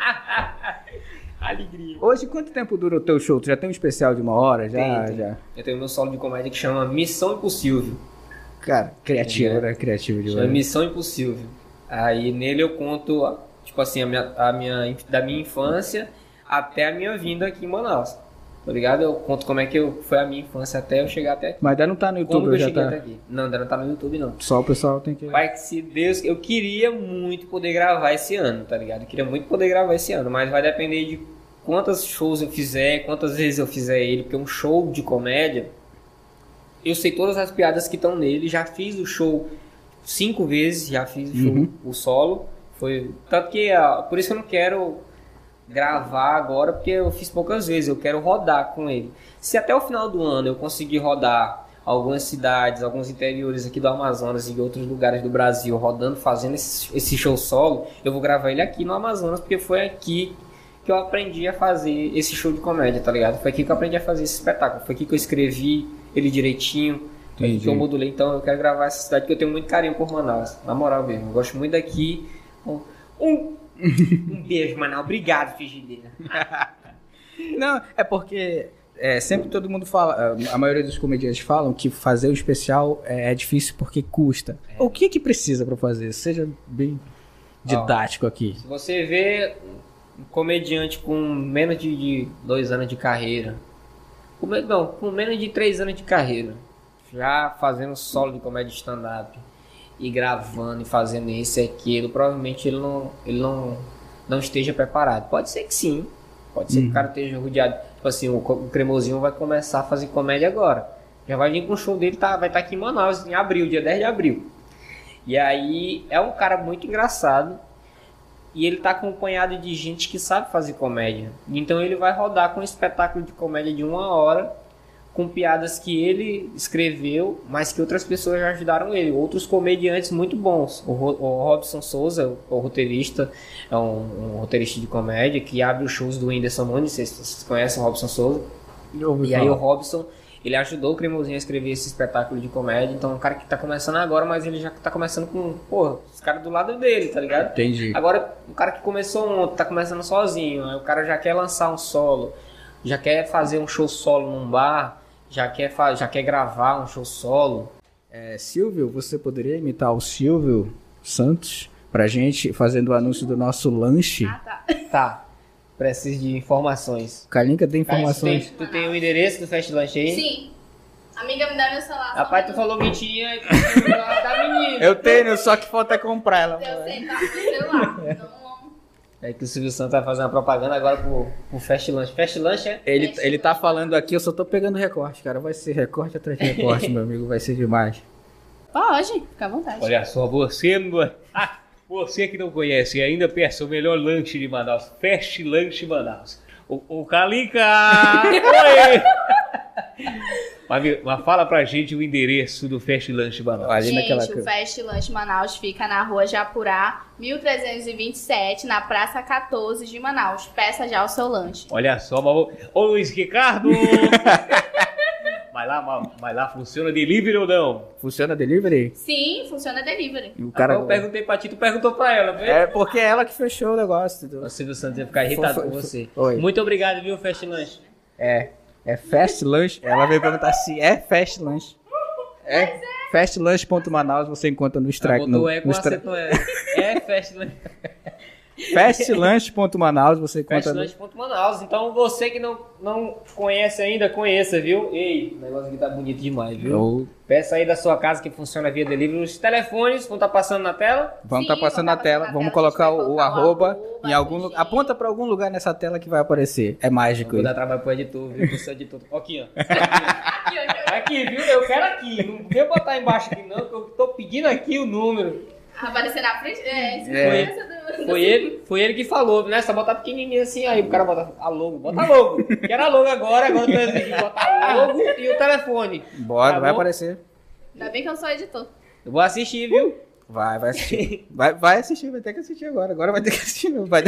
Alegria. Hoje, quanto tempo dura o teu show? Tu já tem um especial de 1 hora? Já. Eu tenho meu solo de comédia que chama Missão Impossível. Cara, criativo, né? Criativo demais. Chama Missão Impossível. Aí nele eu conto, tipo assim, da minha infância até a minha vinda aqui em Manaus. Tá ligado? Eu conto como é que foi a minha infância até eu chegar até aqui. Mas ainda não tá no YouTube, como que eu cheguei até aqui. Não, ainda não tá no YouTube, não. Só o pessoal tem que... Vai que se Deus... Eu queria muito poder gravar esse ano, tá ligado? Eu queria muito poder gravar esse ano, mas vai depender de quantos shows eu fizer, quantas vezes eu fizer ele, porque um show de comédia, eu sei todas as piadas que estão nele, já fiz o show 5 vezes, já fiz o show, o solo. Foi... Tanto que, por isso que eu não quero... gravar agora, porque eu fiz poucas vezes, eu quero rodar com ele. Se até o final do ano eu conseguir rodar algumas cidades, alguns interiores aqui do Amazonas e de outros lugares do Brasil, rodando, fazendo esse show solo, eu vou gravar ele aqui no Amazonas, porque foi aqui que eu aprendi a fazer esse show de comédia, tá ligado? Foi aqui que eu aprendi a fazer esse espetáculo, foi aqui que eu escrevi ele direitinho, que eu modulei, então eu quero gravar essa cidade, que eu tenho muito carinho por Manaus, na moral mesmo, eu gosto muito daqui. Um beijo, Manaus. Obrigado, frigideira. Não, é porque sempre todo mundo fala, a maioria dos comediantes falam que fazer o especial é difícil porque custa. O que precisa pra fazer? Seja bem didático aqui. Se você vê um comediante com menos de 2 anos de carreira, com menos de 3 anos de carreira, já fazendo solo de comédia stand-up, e gravando e fazendo isso e aquilo, provavelmente ele não esteja preparado. Pode ser que sim, pode ser que o cara esteja rodeado. Tipo assim, o Cremosinho vai começar a fazer comédia agora, já vai vir com o show dele, vai estar aqui em Manaus em abril, dia 10 de abril. E aí é um cara muito engraçado e ele tá acompanhado de gente que sabe fazer comédia, então ele vai rodar com um espetáculo de comédia de 1 hora, com piadas que ele escreveu, mas que outras pessoas já ajudaram ele. Outros comediantes muito bons. O Robson Souza, o roteirista, é um roteirista de comédia que abre os shows do Whindersson Nunes. Vocês conhecem o Robson Souza? E aí o Robson, ele ajudou o Cremosinho a escrever esse espetáculo de comédia. Então é um cara que tá começando agora, mas ele já tá começando com, os caras do lado dele, tá ligado? Entendi. Agora, o cara que começou ontem, tá começando sozinho. Aí o cara já quer lançar um solo, já quer fazer um show solo num bar, já quer gravar um show solo. Silvio, você poderia imitar o Silvio Santos pra gente, fazendo o anúncio do nosso lanche? Tá. Preciso de informações. Kalinka tem informações. Tu tem o endereço do Fast Lunch aí? Sim. Amiga, me dá meu celular. Rapaz, tu falou que tinha da menina. Eu tenho, só que falta comprar ela. Eu sei, tá no celular. Não. É que o Silvio Santos vai fazer uma propaganda agora pro Fast Lunch. Fast Lunch é... Ele tá falando aqui, eu só tô pegando recorte, cara. Vai ser recorte atrás de recorte, meu amigo. Vai ser demais. Pode, fica à vontade. Olha só, você que não conhece ainda, peça o melhor lanche de Manaus. Fast Lunch Manaus. O Kalinka! Oi! Mas fala pra gente o endereço do Fast Lunch Manaus. Gente, o Fast Lunch Manaus fica na rua Japurá, 1327, na Praça 14 de Manaus. Peça já o seu lanche. Olha só, ô Luiz Ricardo! Mas lá funciona delivery ou não? Funciona delivery? Sim, funciona delivery. E o cara... Eu perguntei pra ti, tu perguntou pra ela, viu? É porque é ela que fechou o negócio. O Silvio Santos ia ficar irritado com você. Oi. Muito obrigado, viu, Fast Lunch? É Fast Lunch. Ela veio perguntar se é Fast Lunch. É fastlunch.manaus, você encontra no Strike. Botou é com acento é Fast Lunch. Fastlunch.manaus, você encontra Fastlunch.manaus. Então você que não conhece ainda, conheça, viu? Ei, o negócio aqui tá bonito demais, viu? Peça aí da sua casa que funciona via delivery. Os telefones vão estar passando na tela? Vamos estar passando na tela. Vamos colocar o arroba em algum lugar. Aponta pra algum lugar nessa tela que vai aparecer. É mágico. Vou dar trabalho pro editor, viu? Pro seu editor. Aqui, ó. Aqui, viu? Eu quero aqui. Não vem botar embaixo aqui, não, que eu tô pedindo aqui o número. Aparecer na frente? Foi ele que falou, né? Só botar pequenininho assim, aí o cara bota a logo. Bota a logo. Quero a logo agora eu tô exigindo botar a logo e o telefone. Bora, Tá vai bom? aparecer. Ainda bem que eu sou editor. Eu vou assistir, viu? Vai assistir. Vai assistir, vai ter que assistir agora. Agora vai ter que assistir mesmo. Vai... O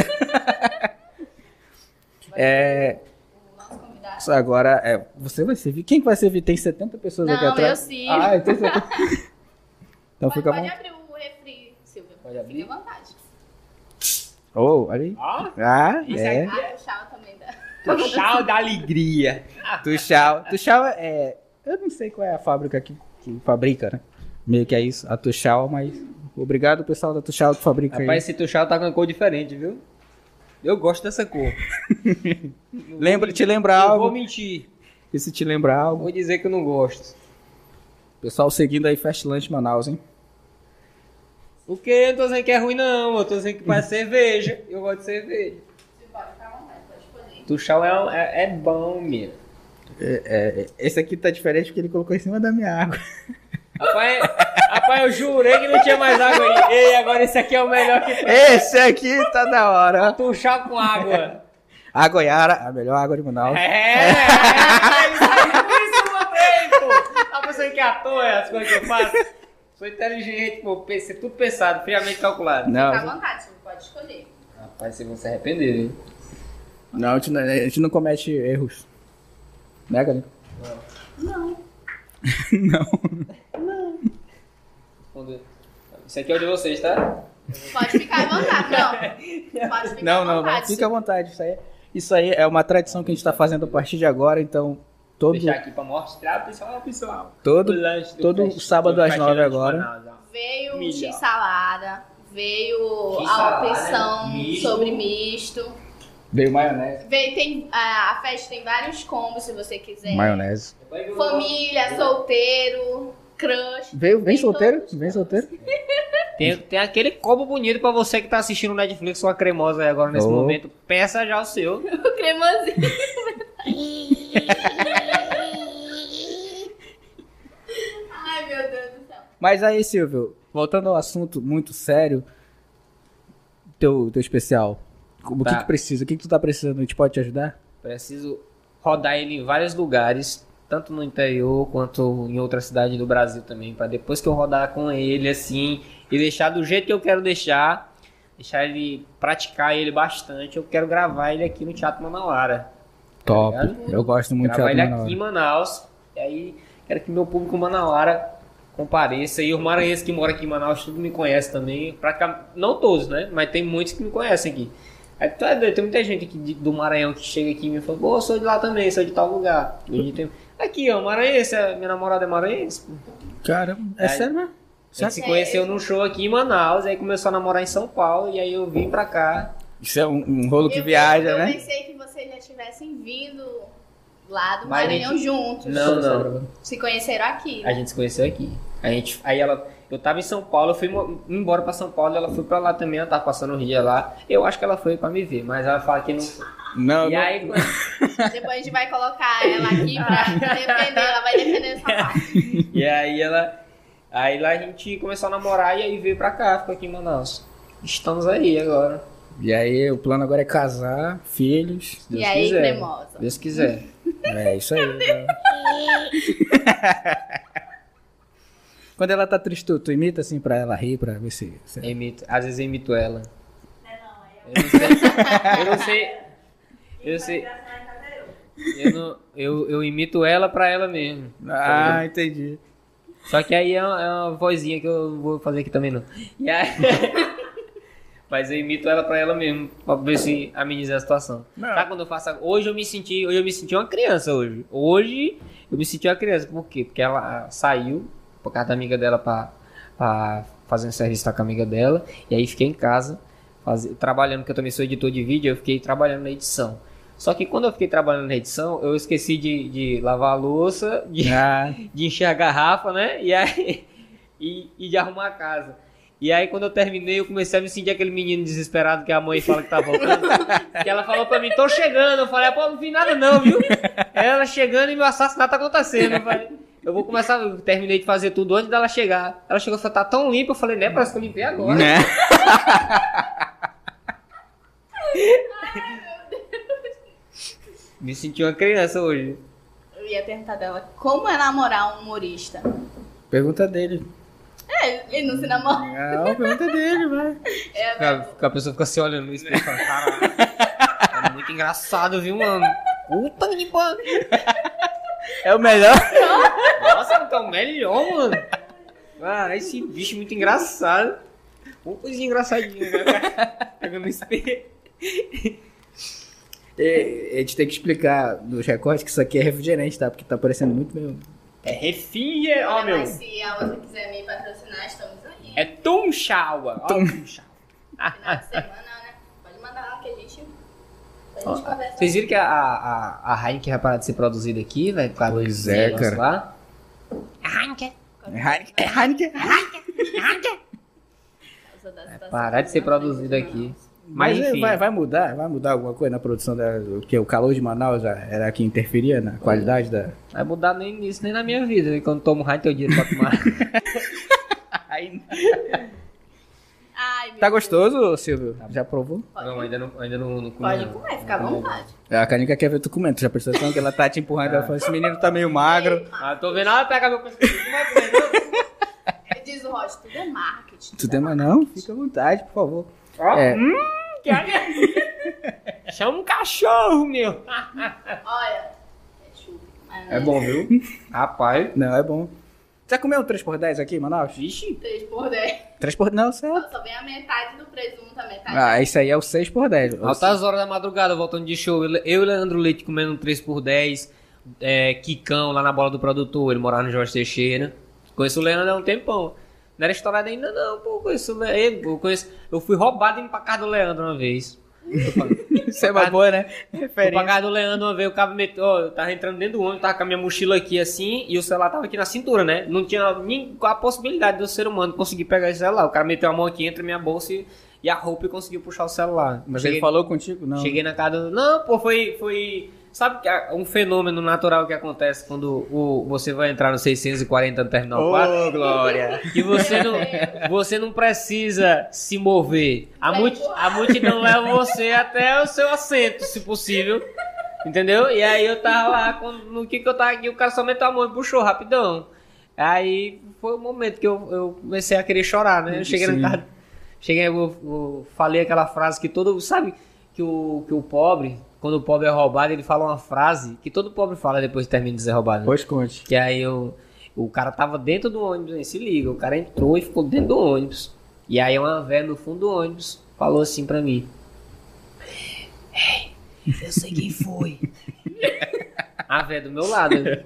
nosso convidado. Agora, você vai servir. Quem que vai servir? Tem 70 pessoas aqui Não, atrás. eu sirvo. Ah, então você... Então fica bom. Pode abrir o refri, Silvio. Pode abrir? Fique à vontade. Oh, olha aí. Isso É. Ah, o chá também dá. Tuxal da alegria. Tuxal. Tuxal é... Eu não sei qual é a fábrica que fabrica, né? Meio que é isso, a Tuxal, mas... Obrigado, pessoal da Tuxal que fabrica aí. Rapaz, esse Tuxal tá com uma cor diferente, viu? Eu gosto dessa cor. Te lembrar Não algo. vou mentir. E se te lembrar algo. Vou dizer que eu não gosto. Pessoal seguindo aí Fast Lunch Manaus, hein? O que? Eu não tô dizendo que é ruim, não. Eu tô dizendo que faz cerveja. Eu gosto de cerveja. Pode ficar à vontade, pode escolher. Tuxal é bom, meu. Esse aqui tá diferente porque ele colocou em cima da minha água. Rapaz, eu jurei que não tinha mais água aí. Ei, agora esse aqui é o melhor que tem. Esse aqui tá da hora. Tuxal com água. A Goiara, a melhor água de Manaus. Isso aí, por isso eu botei, pô. Tá pensando que é à toa as coisas que eu faço? Sou inteligente, pô. Pensei tudo pensado, friamente calculado. Não, Fica à vontade, Silvio, pode escolher. Rapaz, vocês vão se arrepender, viu? não, a gente não comete erros. Né, Galinha? Não. Não. Isso aqui é o de vocês, tá? Pode ficar à vontade, não. Pode ficar à Não. vontade. Fica à vontade. Isso aí é uma tradição que a gente tá fazendo a partir de agora, então... Vou deixar aqui pra mostrar, pessoal. Todo O lanche do todo Fast- sábado do às Fast 9 Lunch agora. Manaus, ó. Veio Milho. x-salada, veio a X-salada, opção misto. sobre misto. Veio maionese. A festa tem vários combos, se você quiser. Maionese. Família, solteiro, crush. Vem Tem solteiro? todos. Vem solteiro? Tem aquele combo bonito pra você que tá assistindo o Netflix ou a cremosa aí agora nesse Oh. momento. Peça já o seu. O cremosinho. Ai, meu Deus do céu. Mas aí, Silvio, voltando ao assunto muito sério, teu especial. O Tá. que precisa? O que tu tá precisando? A gente pode te ajudar? Preciso rodar ele em vários lugares, tanto no interior quanto em outra cidade do Brasil também, pra depois que eu rodar com ele assim e deixar do jeito que eu quero deixar ele, praticar ele bastante, eu quero gravar ele aqui no Teatro Manauara. Top. ligado? Eu gosto muito de Gravar ele Teatro aqui em Manauara. Manaus. E aí quero que meu público Manauara compareça. E os maranhenses que moram aqui em Manaus, tudo me conhece também. Praticamente, não todos, né? Mas tem muitos que me conhecem aqui. Aí tu é doido, tem muita gente aqui do Maranhão que chega aqui e me fala, pô, eu sou de lá também, sou de tal lugar. Hoje tem... Aqui, ó, maranhense, minha namorada é maranhense. Caramba, é Aí- sério mesmo? A gente se conheceu num show aqui em Manaus, aí começou a namorar em São Paulo, e aí eu vim pra cá. Isso é um rolo que viaja, eu né? pensei que vocês já tivessem vindo lá do Mas a Maranhão gente- juntos. Não. Se conheceram aqui. A gente se conheceu aqui. Eu tava em São Paulo, eu fui embora pra São Paulo, ela foi pra lá também, ela tava passando um dia lá. Eu acho que ela foi pra me ver, mas ela fala que não foi. Não, E não. aí, Depois a gente vai colocar ela aqui pra defender, ela vai defender essa parte. e aí aí lá a gente começou a namorar e aí veio pra cá, ficou aqui em Manaus. Estamos aí agora. E aí, o plano agora é casar, filhos. Deus E aí, quiser. cremosa? Deus quiser. É isso aí. né? Quando ela tá triste, tu imita assim pra ela rir, pra ver se... Às vezes eu imito ela. Eu não sei. Eu imito ela pra ela mesmo. Ah, entendi. Só que aí é uma vozinha que eu não vou fazer aqui também não. E aí... Mas eu imito ela pra ela mesmo, pra ver se ameniza a situação. Não. Sabe quando eu faço... Hoje eu me senti uma criança hoje. Hoje eu me senti uma criança. Por quê? Porque ela saiu por causa da amiga dela pra fazer um serviço com a amiga dela. E aí fiquei em casa trabalhando, porque eu também sou editor de vídeo, eu fiquei trabalhando na edição. Só que quando eu fiquei trabalhando na edição, eu esqueci de lavar a louça, de encher a garrafa, né? E aí de arrumar a casa. E aí quando eu terminei, eu comecei a me sentir aquele menino desesperado que a mãe fala que tá voltando. Que ela falou pra mim, tô chegando. Eu falei, pô, não vi nada não, viu? Ela chegando e meu assassinato tá acontecendo. Eu falei, eu vou começar, eu terminei de fazer tudo antes dela chegar. Ela chegou e falou, tá tão limpo. Eu falei, né, parece que eu limpei agora. Né? Me senti uma criança hoje. Eu ia perguntar dela, como é namorar um humorista? Pergunta dele. Ele não se namora. Não, pergunta dele, vai. A pessoa fica se olhando no espelho e fala, caralho, é muito engraçado, viu, mano? Puta que pariu. É o melhor. Nossa, tá o melhor, mano. Cara, esse bicho é muito engraçado. Uma coisinha engraçadinha, né? Pegando no espelho. A gente tem que explicar nos recortes que isso aqui é refrigerante, tá? Porque tá parecendo muito mesmo. É refrigerante, ó, meu. Mas se a outra quiser me patrocinar, estamos aí. É Tumchaua. Ó, Tumchaua. Final de semana, né? Pode mandar lá que a gente conversa. Vocês viram que a Heineken vai parar de ser produzida aqui, velho? Pois é, cara. Lá? Heineken. Heineken. Vai parar de ser produzida aqui. Mas enfim. vai mudar alguma coisa na produção porque o calor de Manaus era que interferia na qualidade da... Vai mudar nem nisso, nem na minha vida. Né? Quando tomo Heineken, eu dinheiro pra tomar. Ai, meu Tá Deus. gostoso, Silvio? Já provou? Não, ainda não comi. Pode não. comer, fica à vontade. A Canica quer ver tu comendo. Tu já prestou atenção que ela tá te empurrando. Ela fala, esse menino tá meio magro. Ah, tô vendo ela pegar meu pescoço. Não vai comer, não? Diz o Roger, tudo é marketing. Tu tem mais não? Fica à vontade, por favor. Ó, É. que chama um cachorro, meu. Olha, é chuva. Mas É bom, viu? Rapaz. Não, é bom. Você já comeu um 3x10 aqui em Manaus? Vixe. 3 por 10. 3x... Não, certo. Só vem a metade do presunto, a metade. Ah, esse aí é o 6x10. Altas horas da madrugada, voltando de show. Eu e Leandro Leite comendo um 3x10. Kikão lá na bola do produtor. Ele morava no Jorge Teixeira. Conheço o Leandro há um tempão. Não era estourado ainda não, pô. Eu fui roubado indo pra casa do Leandro uma vez. Isso é uma boa, né? Fui pra casa do Leandro uma vez, o cara meteu, eu tava entrando dentro do ônibus, tava com a minha mochila aqui assim, e o celular tava aqui na cintura, né? Não tinha nem a possibilidade do ser humano conseguir pegar esse celular. O cara meteu a mão aqui entre a minha bolsa e a roupa e conseguiu puxar o celular. Mas ele falou contigo? Não. Cheguei na casa do... Não, pô, foi... Sabe que um fenômeno natural que acontece quando você vai entrar no 640 no Terminal 4? Ô, Glória! Que você não precisa se mover. A multidão leva você até o seu assento, se possível. Entendeu? E aí eu tava lá, no que eu tava aqui, o cara só meteu a mão e puxou rapidão. Aí foi o momento que eu comecei a querer chorar, né? Eu cheguei na casa... eu falei aquela frase que todo... Sabe que o pobre... Quando o pobre é roubado, ele fala uma frase que todo pobre fala depois que termina de ser roubado. Né? Pois conte. Que aí o cara tava dentro do ônibus, hein? Se liga, o cara entrou e ficou dentro do ônibus. E aí uma velha no fundo do ônibus falou assim pra mim: Ei, eu sei quem foi. A velha do meu lado. Né?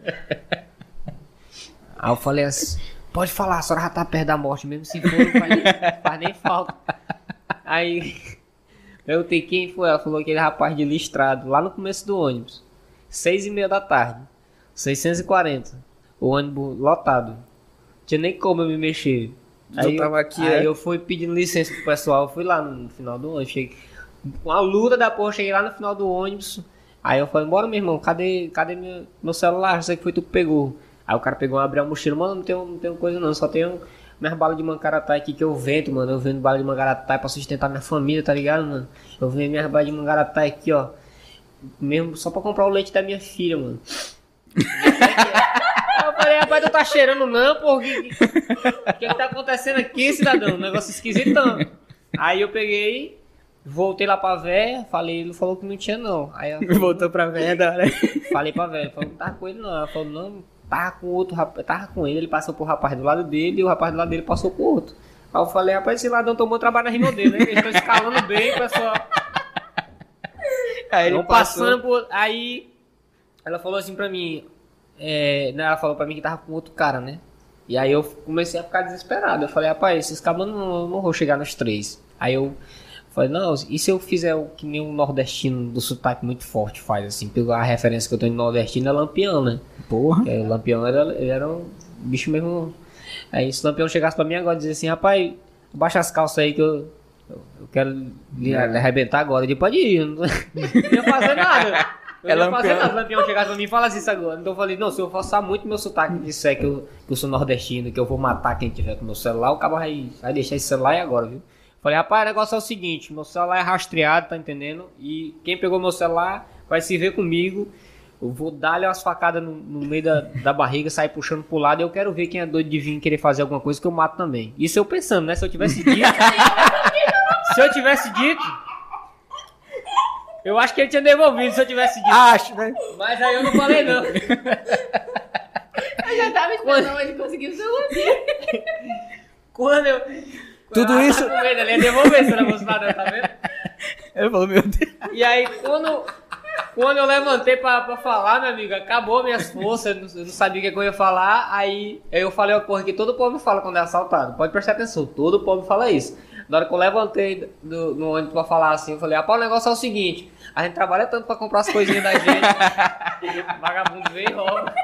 Aí eu falei assim: pode falar, a senhora já tá perto da morte, mesmo se for, não faz nem falta. Aí... Eu tenho quem foi, ela falou aquele rapaz de listrado, lá no começo do ônibus, 6h30 da tarde, 640, o ônibus lotado, tinha nem como eu me mexer. Aí eu fui pedindo licença pro pessoal, eu fui lá no final do ônibus, cheguei, com a luta da porra, cheguei lá no final do ônibus, aí eu falei, bora meu irmão, cadê meu celular, eu sei que foi tu que pegou. Aí o cara pegou e abriu a mochila, mano, não tenho coisa não, só tenho... Minhas balas de mangaratá aqui que eu vendo, mano. Eu vendo bala de mangaratá pra sustentar minha família, tá ligado, mano? Eu vendo minhas balas de mangaratá aqui, ó. Mesmo só pra comprar o leite da minha filha, mano. Eu falei, rapaz, tu tá cheirando não, porra? O que tá acontecendo aqui, cidadão? Um negócio esquisitão. Aí eu peguei Voltei lá pra véia, falei, ele falou que não tinha não. Aí ela falou, Voltou pra venda, né? falei pra véia, falou que não tava com ele não. Ela falou, não, tava com outro rapaz, tava com ele passou pro rapaz do lado dele e o rapaz do lado dele passou pro outro. Aí eu falei, rapaz, esse ladrão tomou trabalho na rima dele, né? Eles estão escalando bem, pessoal. Aí ele Não passando por. Aí ela falou assim pra mim. Ela falou pra mim que tava com outro cara, né? E aí eu comecei a ficar desesperado. Eu falei, rapaz, esses cabos não vão chegar nos 3. Aí eu falei, não, e se eu fizer o que nem um nordestino do sotaque muito forte faz, assim? Pela referência que eu tenho de nordestino é Lampião, né? Porra. O Lampião ele era um bicho mesmo. Aí se o Lampião chegasse pra mim agora e dizia assim, rapaz, baixa as calças aí que eu quero lhe arrebentar agora. Ele pode ir, eu não ia fazer nada. Eu não ia fazer nada. O Lampião chegasse pra mim e falasse isso agora. Então eu falei, não, se eu forçar muito meu sotaque e disser que eu sou nordestino, que eu vou matar quem tiver com meu celular, o cara vai deixar esse celular aí agora, viu? Falei, rapaz, o negócio é o seguinte, meu celular é rastreado, tá entendendo? E quem pegou meu celular vai se ver comigo. Eu vou dar-lhe umas facadas no meio da barriga, sair puxando pro lado e eu quero ver quem é doido de vir querer fazer alguma coisa que eu mato também. Isso eu pensando, né? Se eu tivesse dito... Eu acho que ele tinha devolvido se eu tivesse dito. Acho, né? Mas aí eu não falei não. Eu já tava esperando ele conseguir o celular dele. Quando eu... Tudo ela isso- tá com medo, ele ia devolver se não fosse nada, tá vendo? Ele falou, meu Deus. E aí, quando eu levantei pra falar, meu amigo, acabou minhas forças, eu não sabia o que eu ia falar, aí eu falei uma coisa que todo povo fala quando é assaltado, pode prestar atenção, todo povo fala isso. Na hora que eu levantei no ônibus pra falar assim, eu falei, rapaz, o negócio é o seguinte, a gente trabalha tanto pra comprar as coisinhas da gente, vagabundo vem e rouba.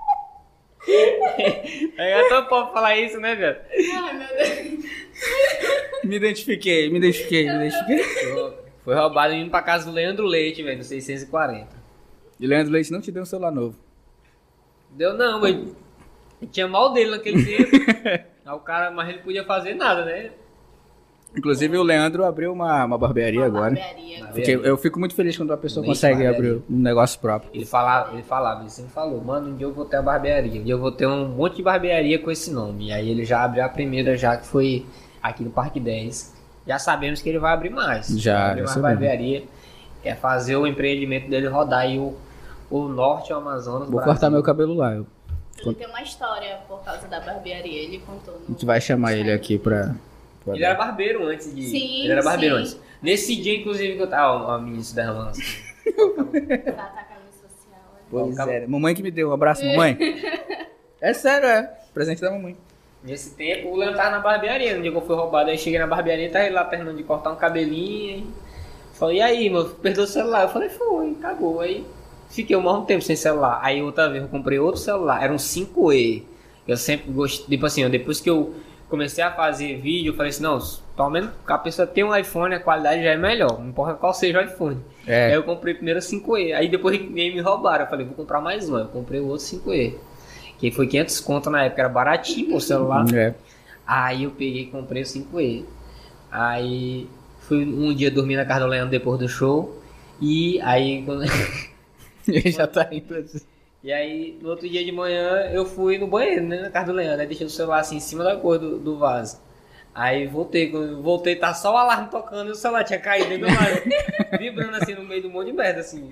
É todo povo falar isso, né, velho? Ai, meu Deus. Me identifiquei. Foi roubado indo pra casa do Leandro Leite, velho, no 640. E Leandro Leite não te deu um celular novo. Deu não, mas tinha mal dele naquele tempo. Aí o cara, mas ele podia fazer nada, né? Inclusive o Leandro abriu uma barbearia agora. Barbearia. Porque eu fico muito feliz quando a pessoa Leite consegue barbearia. abrir um negócio próprio. Ele sempre falou, mano, um dia eu vou ter a barbearia. Um dia eu vou ter um monte de barbearia com esse nome. E aí ele já abriu a primeira já, que foi aqui no Parque 10. Já sabemos que ele vai abrir mais. Já, Vai abrir já mais sabemos. barbearia. Quer fazer o empreendimento dele rodar aí o norte, o Amazonas, Vou Brasil. cortar meu cabelo lá. Ele tem uma história por causa da barbearia, ele contou A no... gente vai chamar ele aqui pra... Ele era barbeiro antes de... Sim, ele era barbeiro sim. antes. Nesse dia, inclusive, que eu tava... Ó, a menina se derramando assim. Tá atacando social. Né? Pois é. Mamãe que me deu. Um abraço, mamãe. É sério, é. Presente da mamãe. Nesse tempo, o Leandro tava na barbearia. No dia que eu fui roubado, aí cheguei na barbearia, tava ele lá terminando de cortar um cabelinho. Aí falei, e aí, mano, perdeu o celular? Eu falei, foi, acabou. Aí fiquei um tempo sem celular. Aí outra vez eu comprei outro celular, era um 5E. Eu sempre gostei, tipo assim, ó, depois que eu comecei a fazer vídeo, eu falei assim, não, pelo menos a pessoa tem um iPhone, a qualidade já é melhor, não importa qual seja o iPhone. É. Aí eu comprei primeiro o 5E, aí depois me roubaram, eu falei, vou comprar mais um, eu comprei o outro 5E. Que foi 500 conto na época, era baratinho pô, o celular. É. Aí eu peguei e comprei o 5E. Aí fui um dia dormir na casa do Leandro depois do show. E aí Ele já tá indo assim. E aí, no outro dia de manhã, eu fui no banheiro, né, na casa do Leandro. Aí deixei o celular assim, em cima da cor do vaso. Aí voltei, quando eu voltei, tá só o alarme tocando e o celular tinha caído dentro do vaso. Vibrando assim, no meio do monte de merda, assim.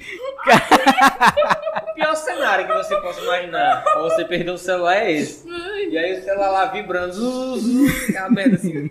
O pior cenário que você possa imaginar pra você perder o celular é esse. E aí o celular lá vibrando, aquela merda assim.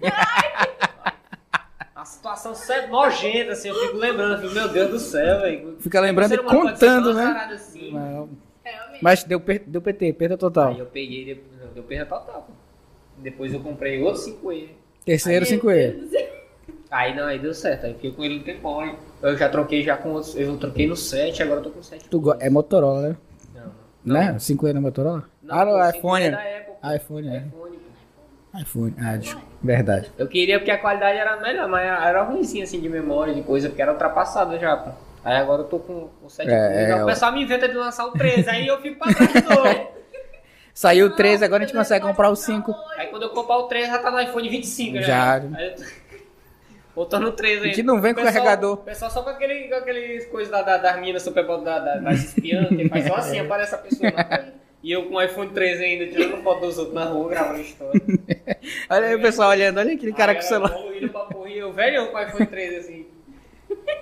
A situação nojenta, assim, eu fico lembrando, eu fico, meu Deus do céu, velho. Fica lembrando e Como ser humano pode ser contando, tão né? azarado assim? Não. Realmente. Mas deu PT, perda total. Aí eu peguei, deu perda total. Pô. Depois eu comprei outro 5E. Terceiro Meu 5E. Deus do céu. Aí não, aí deu certo. Aí fiquei com ele um tempão. Aí eu já troquei já com outros. Eu troquei no 7, agora eu tô com o 7. É Motorola, né? Não. Né? 5E na Motorola? Não, Ah, no pô, 5E iPhone. é da Apple. iPhone, é. iPhone, pô. iPhone. Ah, desculpa. Verdade. Eu queria porque a qualidade era melhor, mas era ruimzinho assim de memória, de coisa, porque era ultrapassado já, pô. Aí agora eu tô com o 7 É, o pessoal me inventa de lançar o 13, aí eu fico pra trás de novo. Saiu o 13, agora a gente consegue comprar o 5. Aí quando eu comprar o 13 já tá no iPhone 25 Já. Aí eu tô... Voltando no 13 aí. Que não vem com carregador. O pessoal só com aqueles coisas das minas Superbowl das espiãs, que faz só assim, aparece a pessoa na frente. E eu com o iPhone 13 ainda, tirando foto dos outros na rua, gravando história. Olha aí o pessoal olhando, olha aquele cara Aí com o era celular. evoluído pra porra, e eu velhão com o iPhone 13 assim.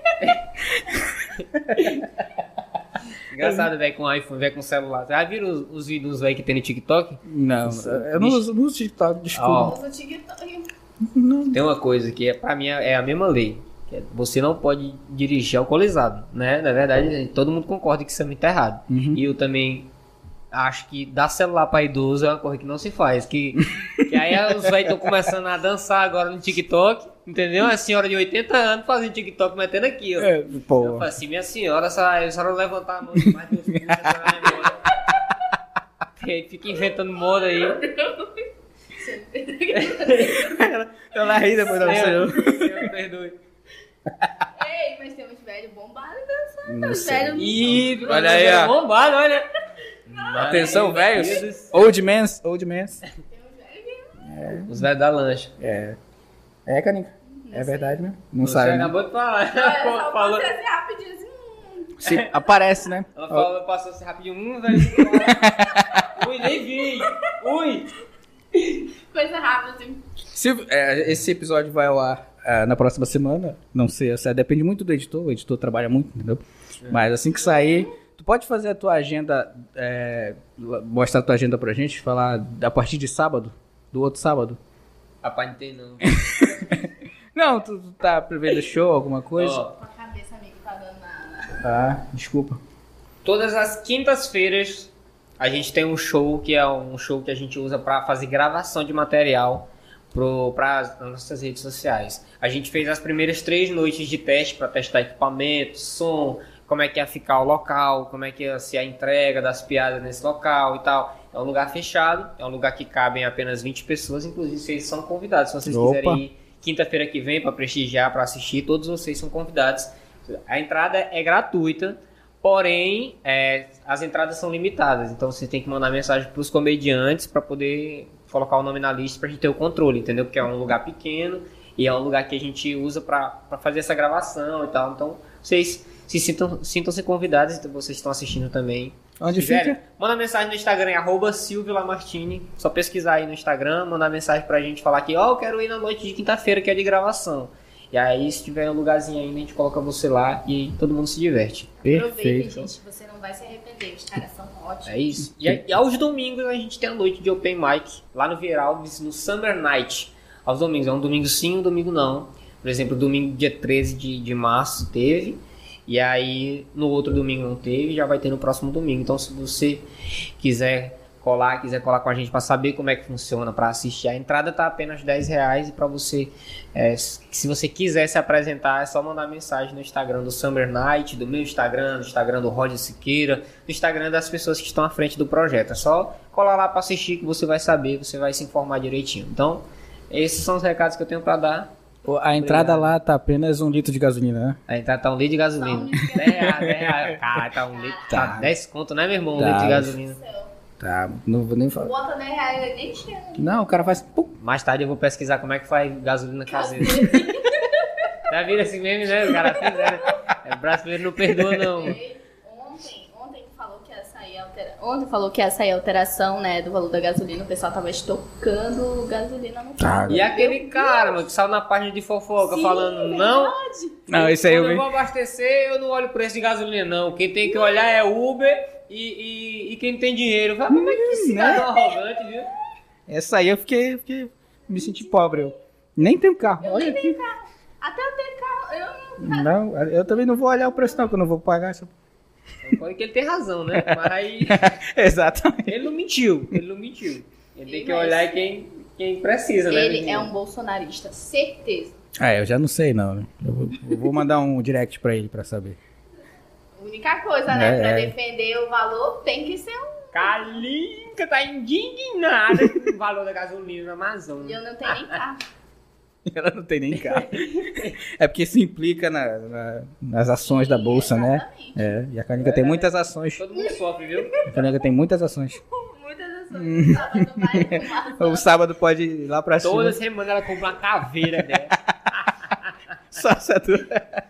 Engraçado, velho, com iPhone, velho, com celular. Já viram os vídeos, velho, que tem no TikTok? Não, eu não uso TikTok, desculpa. Ó, Usa o TikTok. tem uma coisa que pra mim é a mesma lei. Que é, você não pode dirigir alcoolizado, né? Na verdade, todo mundo concorda que isso é muito errado. E eu também acho que dar celular pra idoso é uma coisa que não se faz. Que aí os velhos estão começando a dançar agora no TikTok, entendeu? A senhora de 80 anos fazendo TikTok, metendo aqui, ó. Eu Pô. falei assim, minha senhora, a senhora levantar a mão demais, Deus puxa, a senhora vai embora. E aí fica inventando moda aí. Ela ri depois da Senhor, perdoe. Ei, mas tem uns velhos bombados dançando. Os velhos. Ih, Olha aí, ó. bombado, olha. Atenção, velhos. Old mans. Os velhos da lancha. É, Canica. É verdade mesmo. Não Você sabe, né? acabou de falar. Olha, só Falou. você assim rapidinho assim. Se aparece, né? Ela falou, passou assim rapidinho. Velho. Ui, nem vi. Ui. Coisa rápida assim. Esse episódio vai ao ar na próxima semana. Não sei, depende muito do editor. O editor trabalha muito, entendeu? Mas assim que sair, tu pode fazer a tua agenda, mostrar a tua agenda pra gente, falar a partir de sábado, do outro sábado. Rapaz, não tem não. Não, tu tá prevendo show, alguma coisa? Ó, Com a cabeça, amigo, tá dando na. Ah, desculpa. todas as quintas-feiras a gente tem um show que é um show que a gente usa para fazer gravação de material para as nossas redes sociais. A gente fez as primeiras 3 noites de teste para testar equipamento, som, como é que ia ficar o local, como é que ia ser a entrega das piadas nesse local e tal. É um lugar fechado, é um lugar que cabem apenas 20 pessoas, inclusive vocês são convidados. Se vocês quiserem ir quinta-feira que vem para prestigiar, para assistir, todos vocês são convidados. A entrada é gratuita, porém as entradas são limitadas, então você tem que mandar mensagem para os comediantes para poder colocar o nome na lista para a gente ter o controle, entendeu? Porque é um lugar pequeno e é um lugar que a gente usa para fazer essa gravação e tal. Então vocês sintam-se convidados, então vocês estão assistindo também. Onde quiserem, fica? manda mensagem no Instagram, @SilvioLamartine. Só pesquisar aí no Instagram, mandar mensagem pra gente, falar que eu quero ir na noite de quinta-feira que é de gravação. E aí, se tiver um lugarzinho ainda, a gente coloca você lá e todo mundo se diverte. Aproveitem, Perfeito. gente, você não vai se arrepender. Os caras são ótimos. É isso. E aos domingos a gente tem a noite de Open Mic lá no Vieralves, no Summer Night. Aos domingos, é um domingo sim, um domingo não. Por exemplo, domingo dia 13 de março teve. E aí, no outro domingo não teve, já vai ter no próximo domingo. Então, se você quiser colar com a gente para saber como é que funciona, para assistir, a entrada tá apenas R$10. E para você, se você quiser se apresentar, é só mandar mensagem no Instagram do Summer Night, do meu Instagram, do Instagram do Roger Siqueira, do Instagram das pessoas que estão à frente do projeto. É só colar lá para assistir que você vai saber, você vai se informar direitinho. Então, esses são os recados que eu tenho para dar. A entrada lá tá apenas 1 litro de gasolina, né? A entrada tá 1 litro de gasolina. R$10. Cara, tá 1 litro. Tá 10 conto, né, meu irmão? 1 litro de gasolina. Tá, não vou nem falar. Bota R$10 nem chega. Não, o cara faz... Pum. Mais tarde eu vou pesquisar como é que faz gasolina caseira. Já viram esse meme, né? Os caras fizeram. Brasileiro não perdoa, não. Ontem falou que ia sair a alteração, né, do valor da gasolina. O pessoal tava estocando gasolina no carro. E aquele cara, mano, que saiu na página de fofoca falando, não, esse aí quando eu vou abastecer, eu não olho o preço de gasolina, não. Quem tem que olhar é Uber e quem tem dinheiro. Mas como é que esse cara é arrogante, viu? Essa aí eu fiquei me senti pobre. Eu nem tenho carro. Eu Olha nem aqui. tenho carro. Até eu ter carro, eu não... Não, eu também não vou olhar o preço não, que eu não vou pagar essa... Pode que ele tem razão, né? Mas aí Exatamente. ele não mentiu. Ele tem que olhar quem precisa, né? Ele é um bolsonarista, certeza. Eu já não sei não, né? Eu vou mandar um direct pra ele pra saber. A única coisa, né, pra defender o valor tem que ser um... Calinca tá indignada com o valor da gasolina na Amazônia. E eu não tenho nem carro. Ela não tem nem carro. É porque se implica nas ações da bolsa, né? E a Canica tem muitas ações. Todo mundo sofre, viu? A Canica tem muitas ações. Muitas ações. Sábado vai com O sábado pode ir lá pra cima. Toda semana ela compra uma caveira dela. Só essa tua.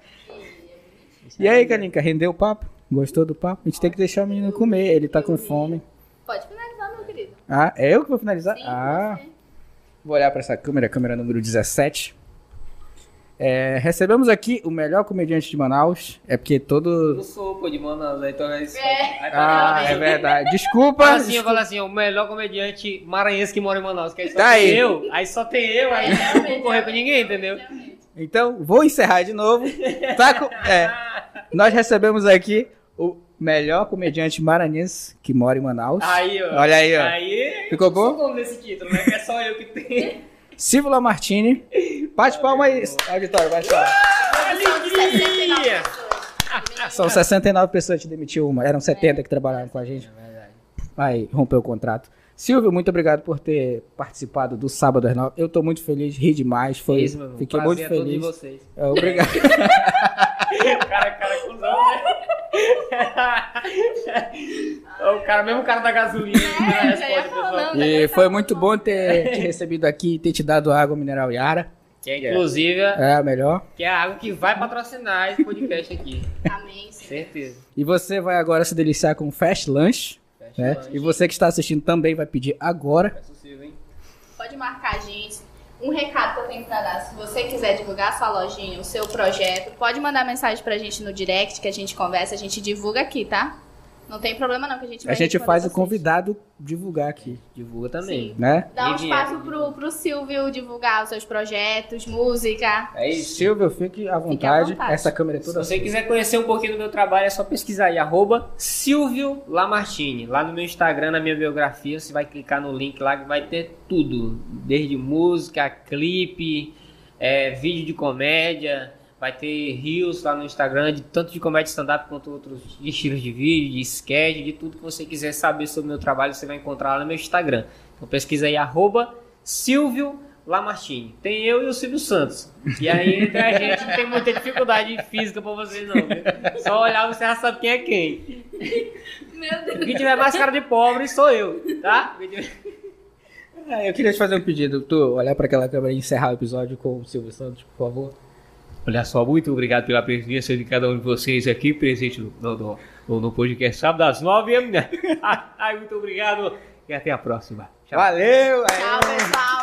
E aí, Canica, rendeu o papo? Gostou do papo? A gente tem que deixar o menino comer, ele tá com fome. Pode finalizar, meu querido. Ah, é eu que vou finalizar? Sim, ah, você. vou olhar pra essa câmera número 17. Recebemos aqui o melhor comediante de Manaus. É porque todo... Eu sou, pô, de Manaus, então é isso. É verdade. Desculpa. Eu falo assim, o melhor comediante maranhense que mora em Manaus, que aí só Tá tem aí. eu, aí só tem eu, aí não vou correr com ninguém, entendeu? Então, vou encerrar de novo. Nós recebemos aqui o melhor comediante maranhense que mora em Manaus. Aí, ó. Olha aí, ó. Aí, Ficou eu sou bom? dono desse título, né? Que é só eu que tenho. Silvio Lamartine. Bate palma aí, auditório, bate palma. Alegria! São 69 pessoas que demitiu uma. Eram 70 que trabalharam com a gente. É verdade. Aí, rompeu o contrato. Silvio, muito obrigado por ter participado do Sábado às 9. Eu tô muito feliz, ri demais. Foi, Isso, meu irmão. fiquei Prazer muito a todos feliz. de vocês. Obrigado. cara cuzão, né? O cara, mesmo o cara da gasolina. É, já ia falando. E foi muito bom ter te recebido aqui e ter te dado água mineral Yara. Que é, inclusive, É a melhor. que é a água que vai patrocinar esse podcast aqui. Amém, Senhor. Certeza. E você vai agora se deliciar com o Fast Lunch. Fecha Né? o lanche. E você que está assistindo também vai pedir agora. É possível, hein? Pode marcar a gente. Um recado que eu tenho pra dar. Se você quiser divulgar a sua lojinha, o seu projeto, pode mandar mensagem pra gente no direct que a gente conversa, a gente divulga aqui, tá? Não tem problema não, que a gente vai A gente responder faz o vocês. convidado divulgar aqui, Divulga também. Sim. né? Dá um Viviane. espaço pro Silvio divulgar os seus projetos, música. É isso. Silvio, fique à vontade. vontade. Essa câmera é Se toda você sua. quiser conhecer um pouquinho do meu trabalho, é só pesquisar aí, @Silvio Lamartine. Lá no meu Instagram, na minha biografia, você vai clicar no link lá que vai ter tudo. Desde música, clipe, vídeo de comédia, vai ter reels lá no Instagram, tanto de comédia stand-up quanto outros estilos de vídeo, de sketch, de tudo que você quiser saber sobre o meu trabalho, você vai encontrar lá no meu Instagram. Então pesquisa aí, @Silvio Lamartine. Tem eu e o Silvio Santos. E aí, entre a gente, não tem muita dificuldade física pra vocês não, viu? Só olhar você já sabe quem é quem. Meu Deus. Quem tiver mais cara de pobre sou eu, tá? Eu queria te fazer um pedido. Tu olhar para aquela câmera e encerrar o episódio com o Silvio Santos, por favor. Olha só, muito obrigado pela presença de cada um de vocês aqui, presente no podcast Sábado às 9. Ai, muito obrigado e até a próxima. Tchau. Valeu! Tchau, pessoal.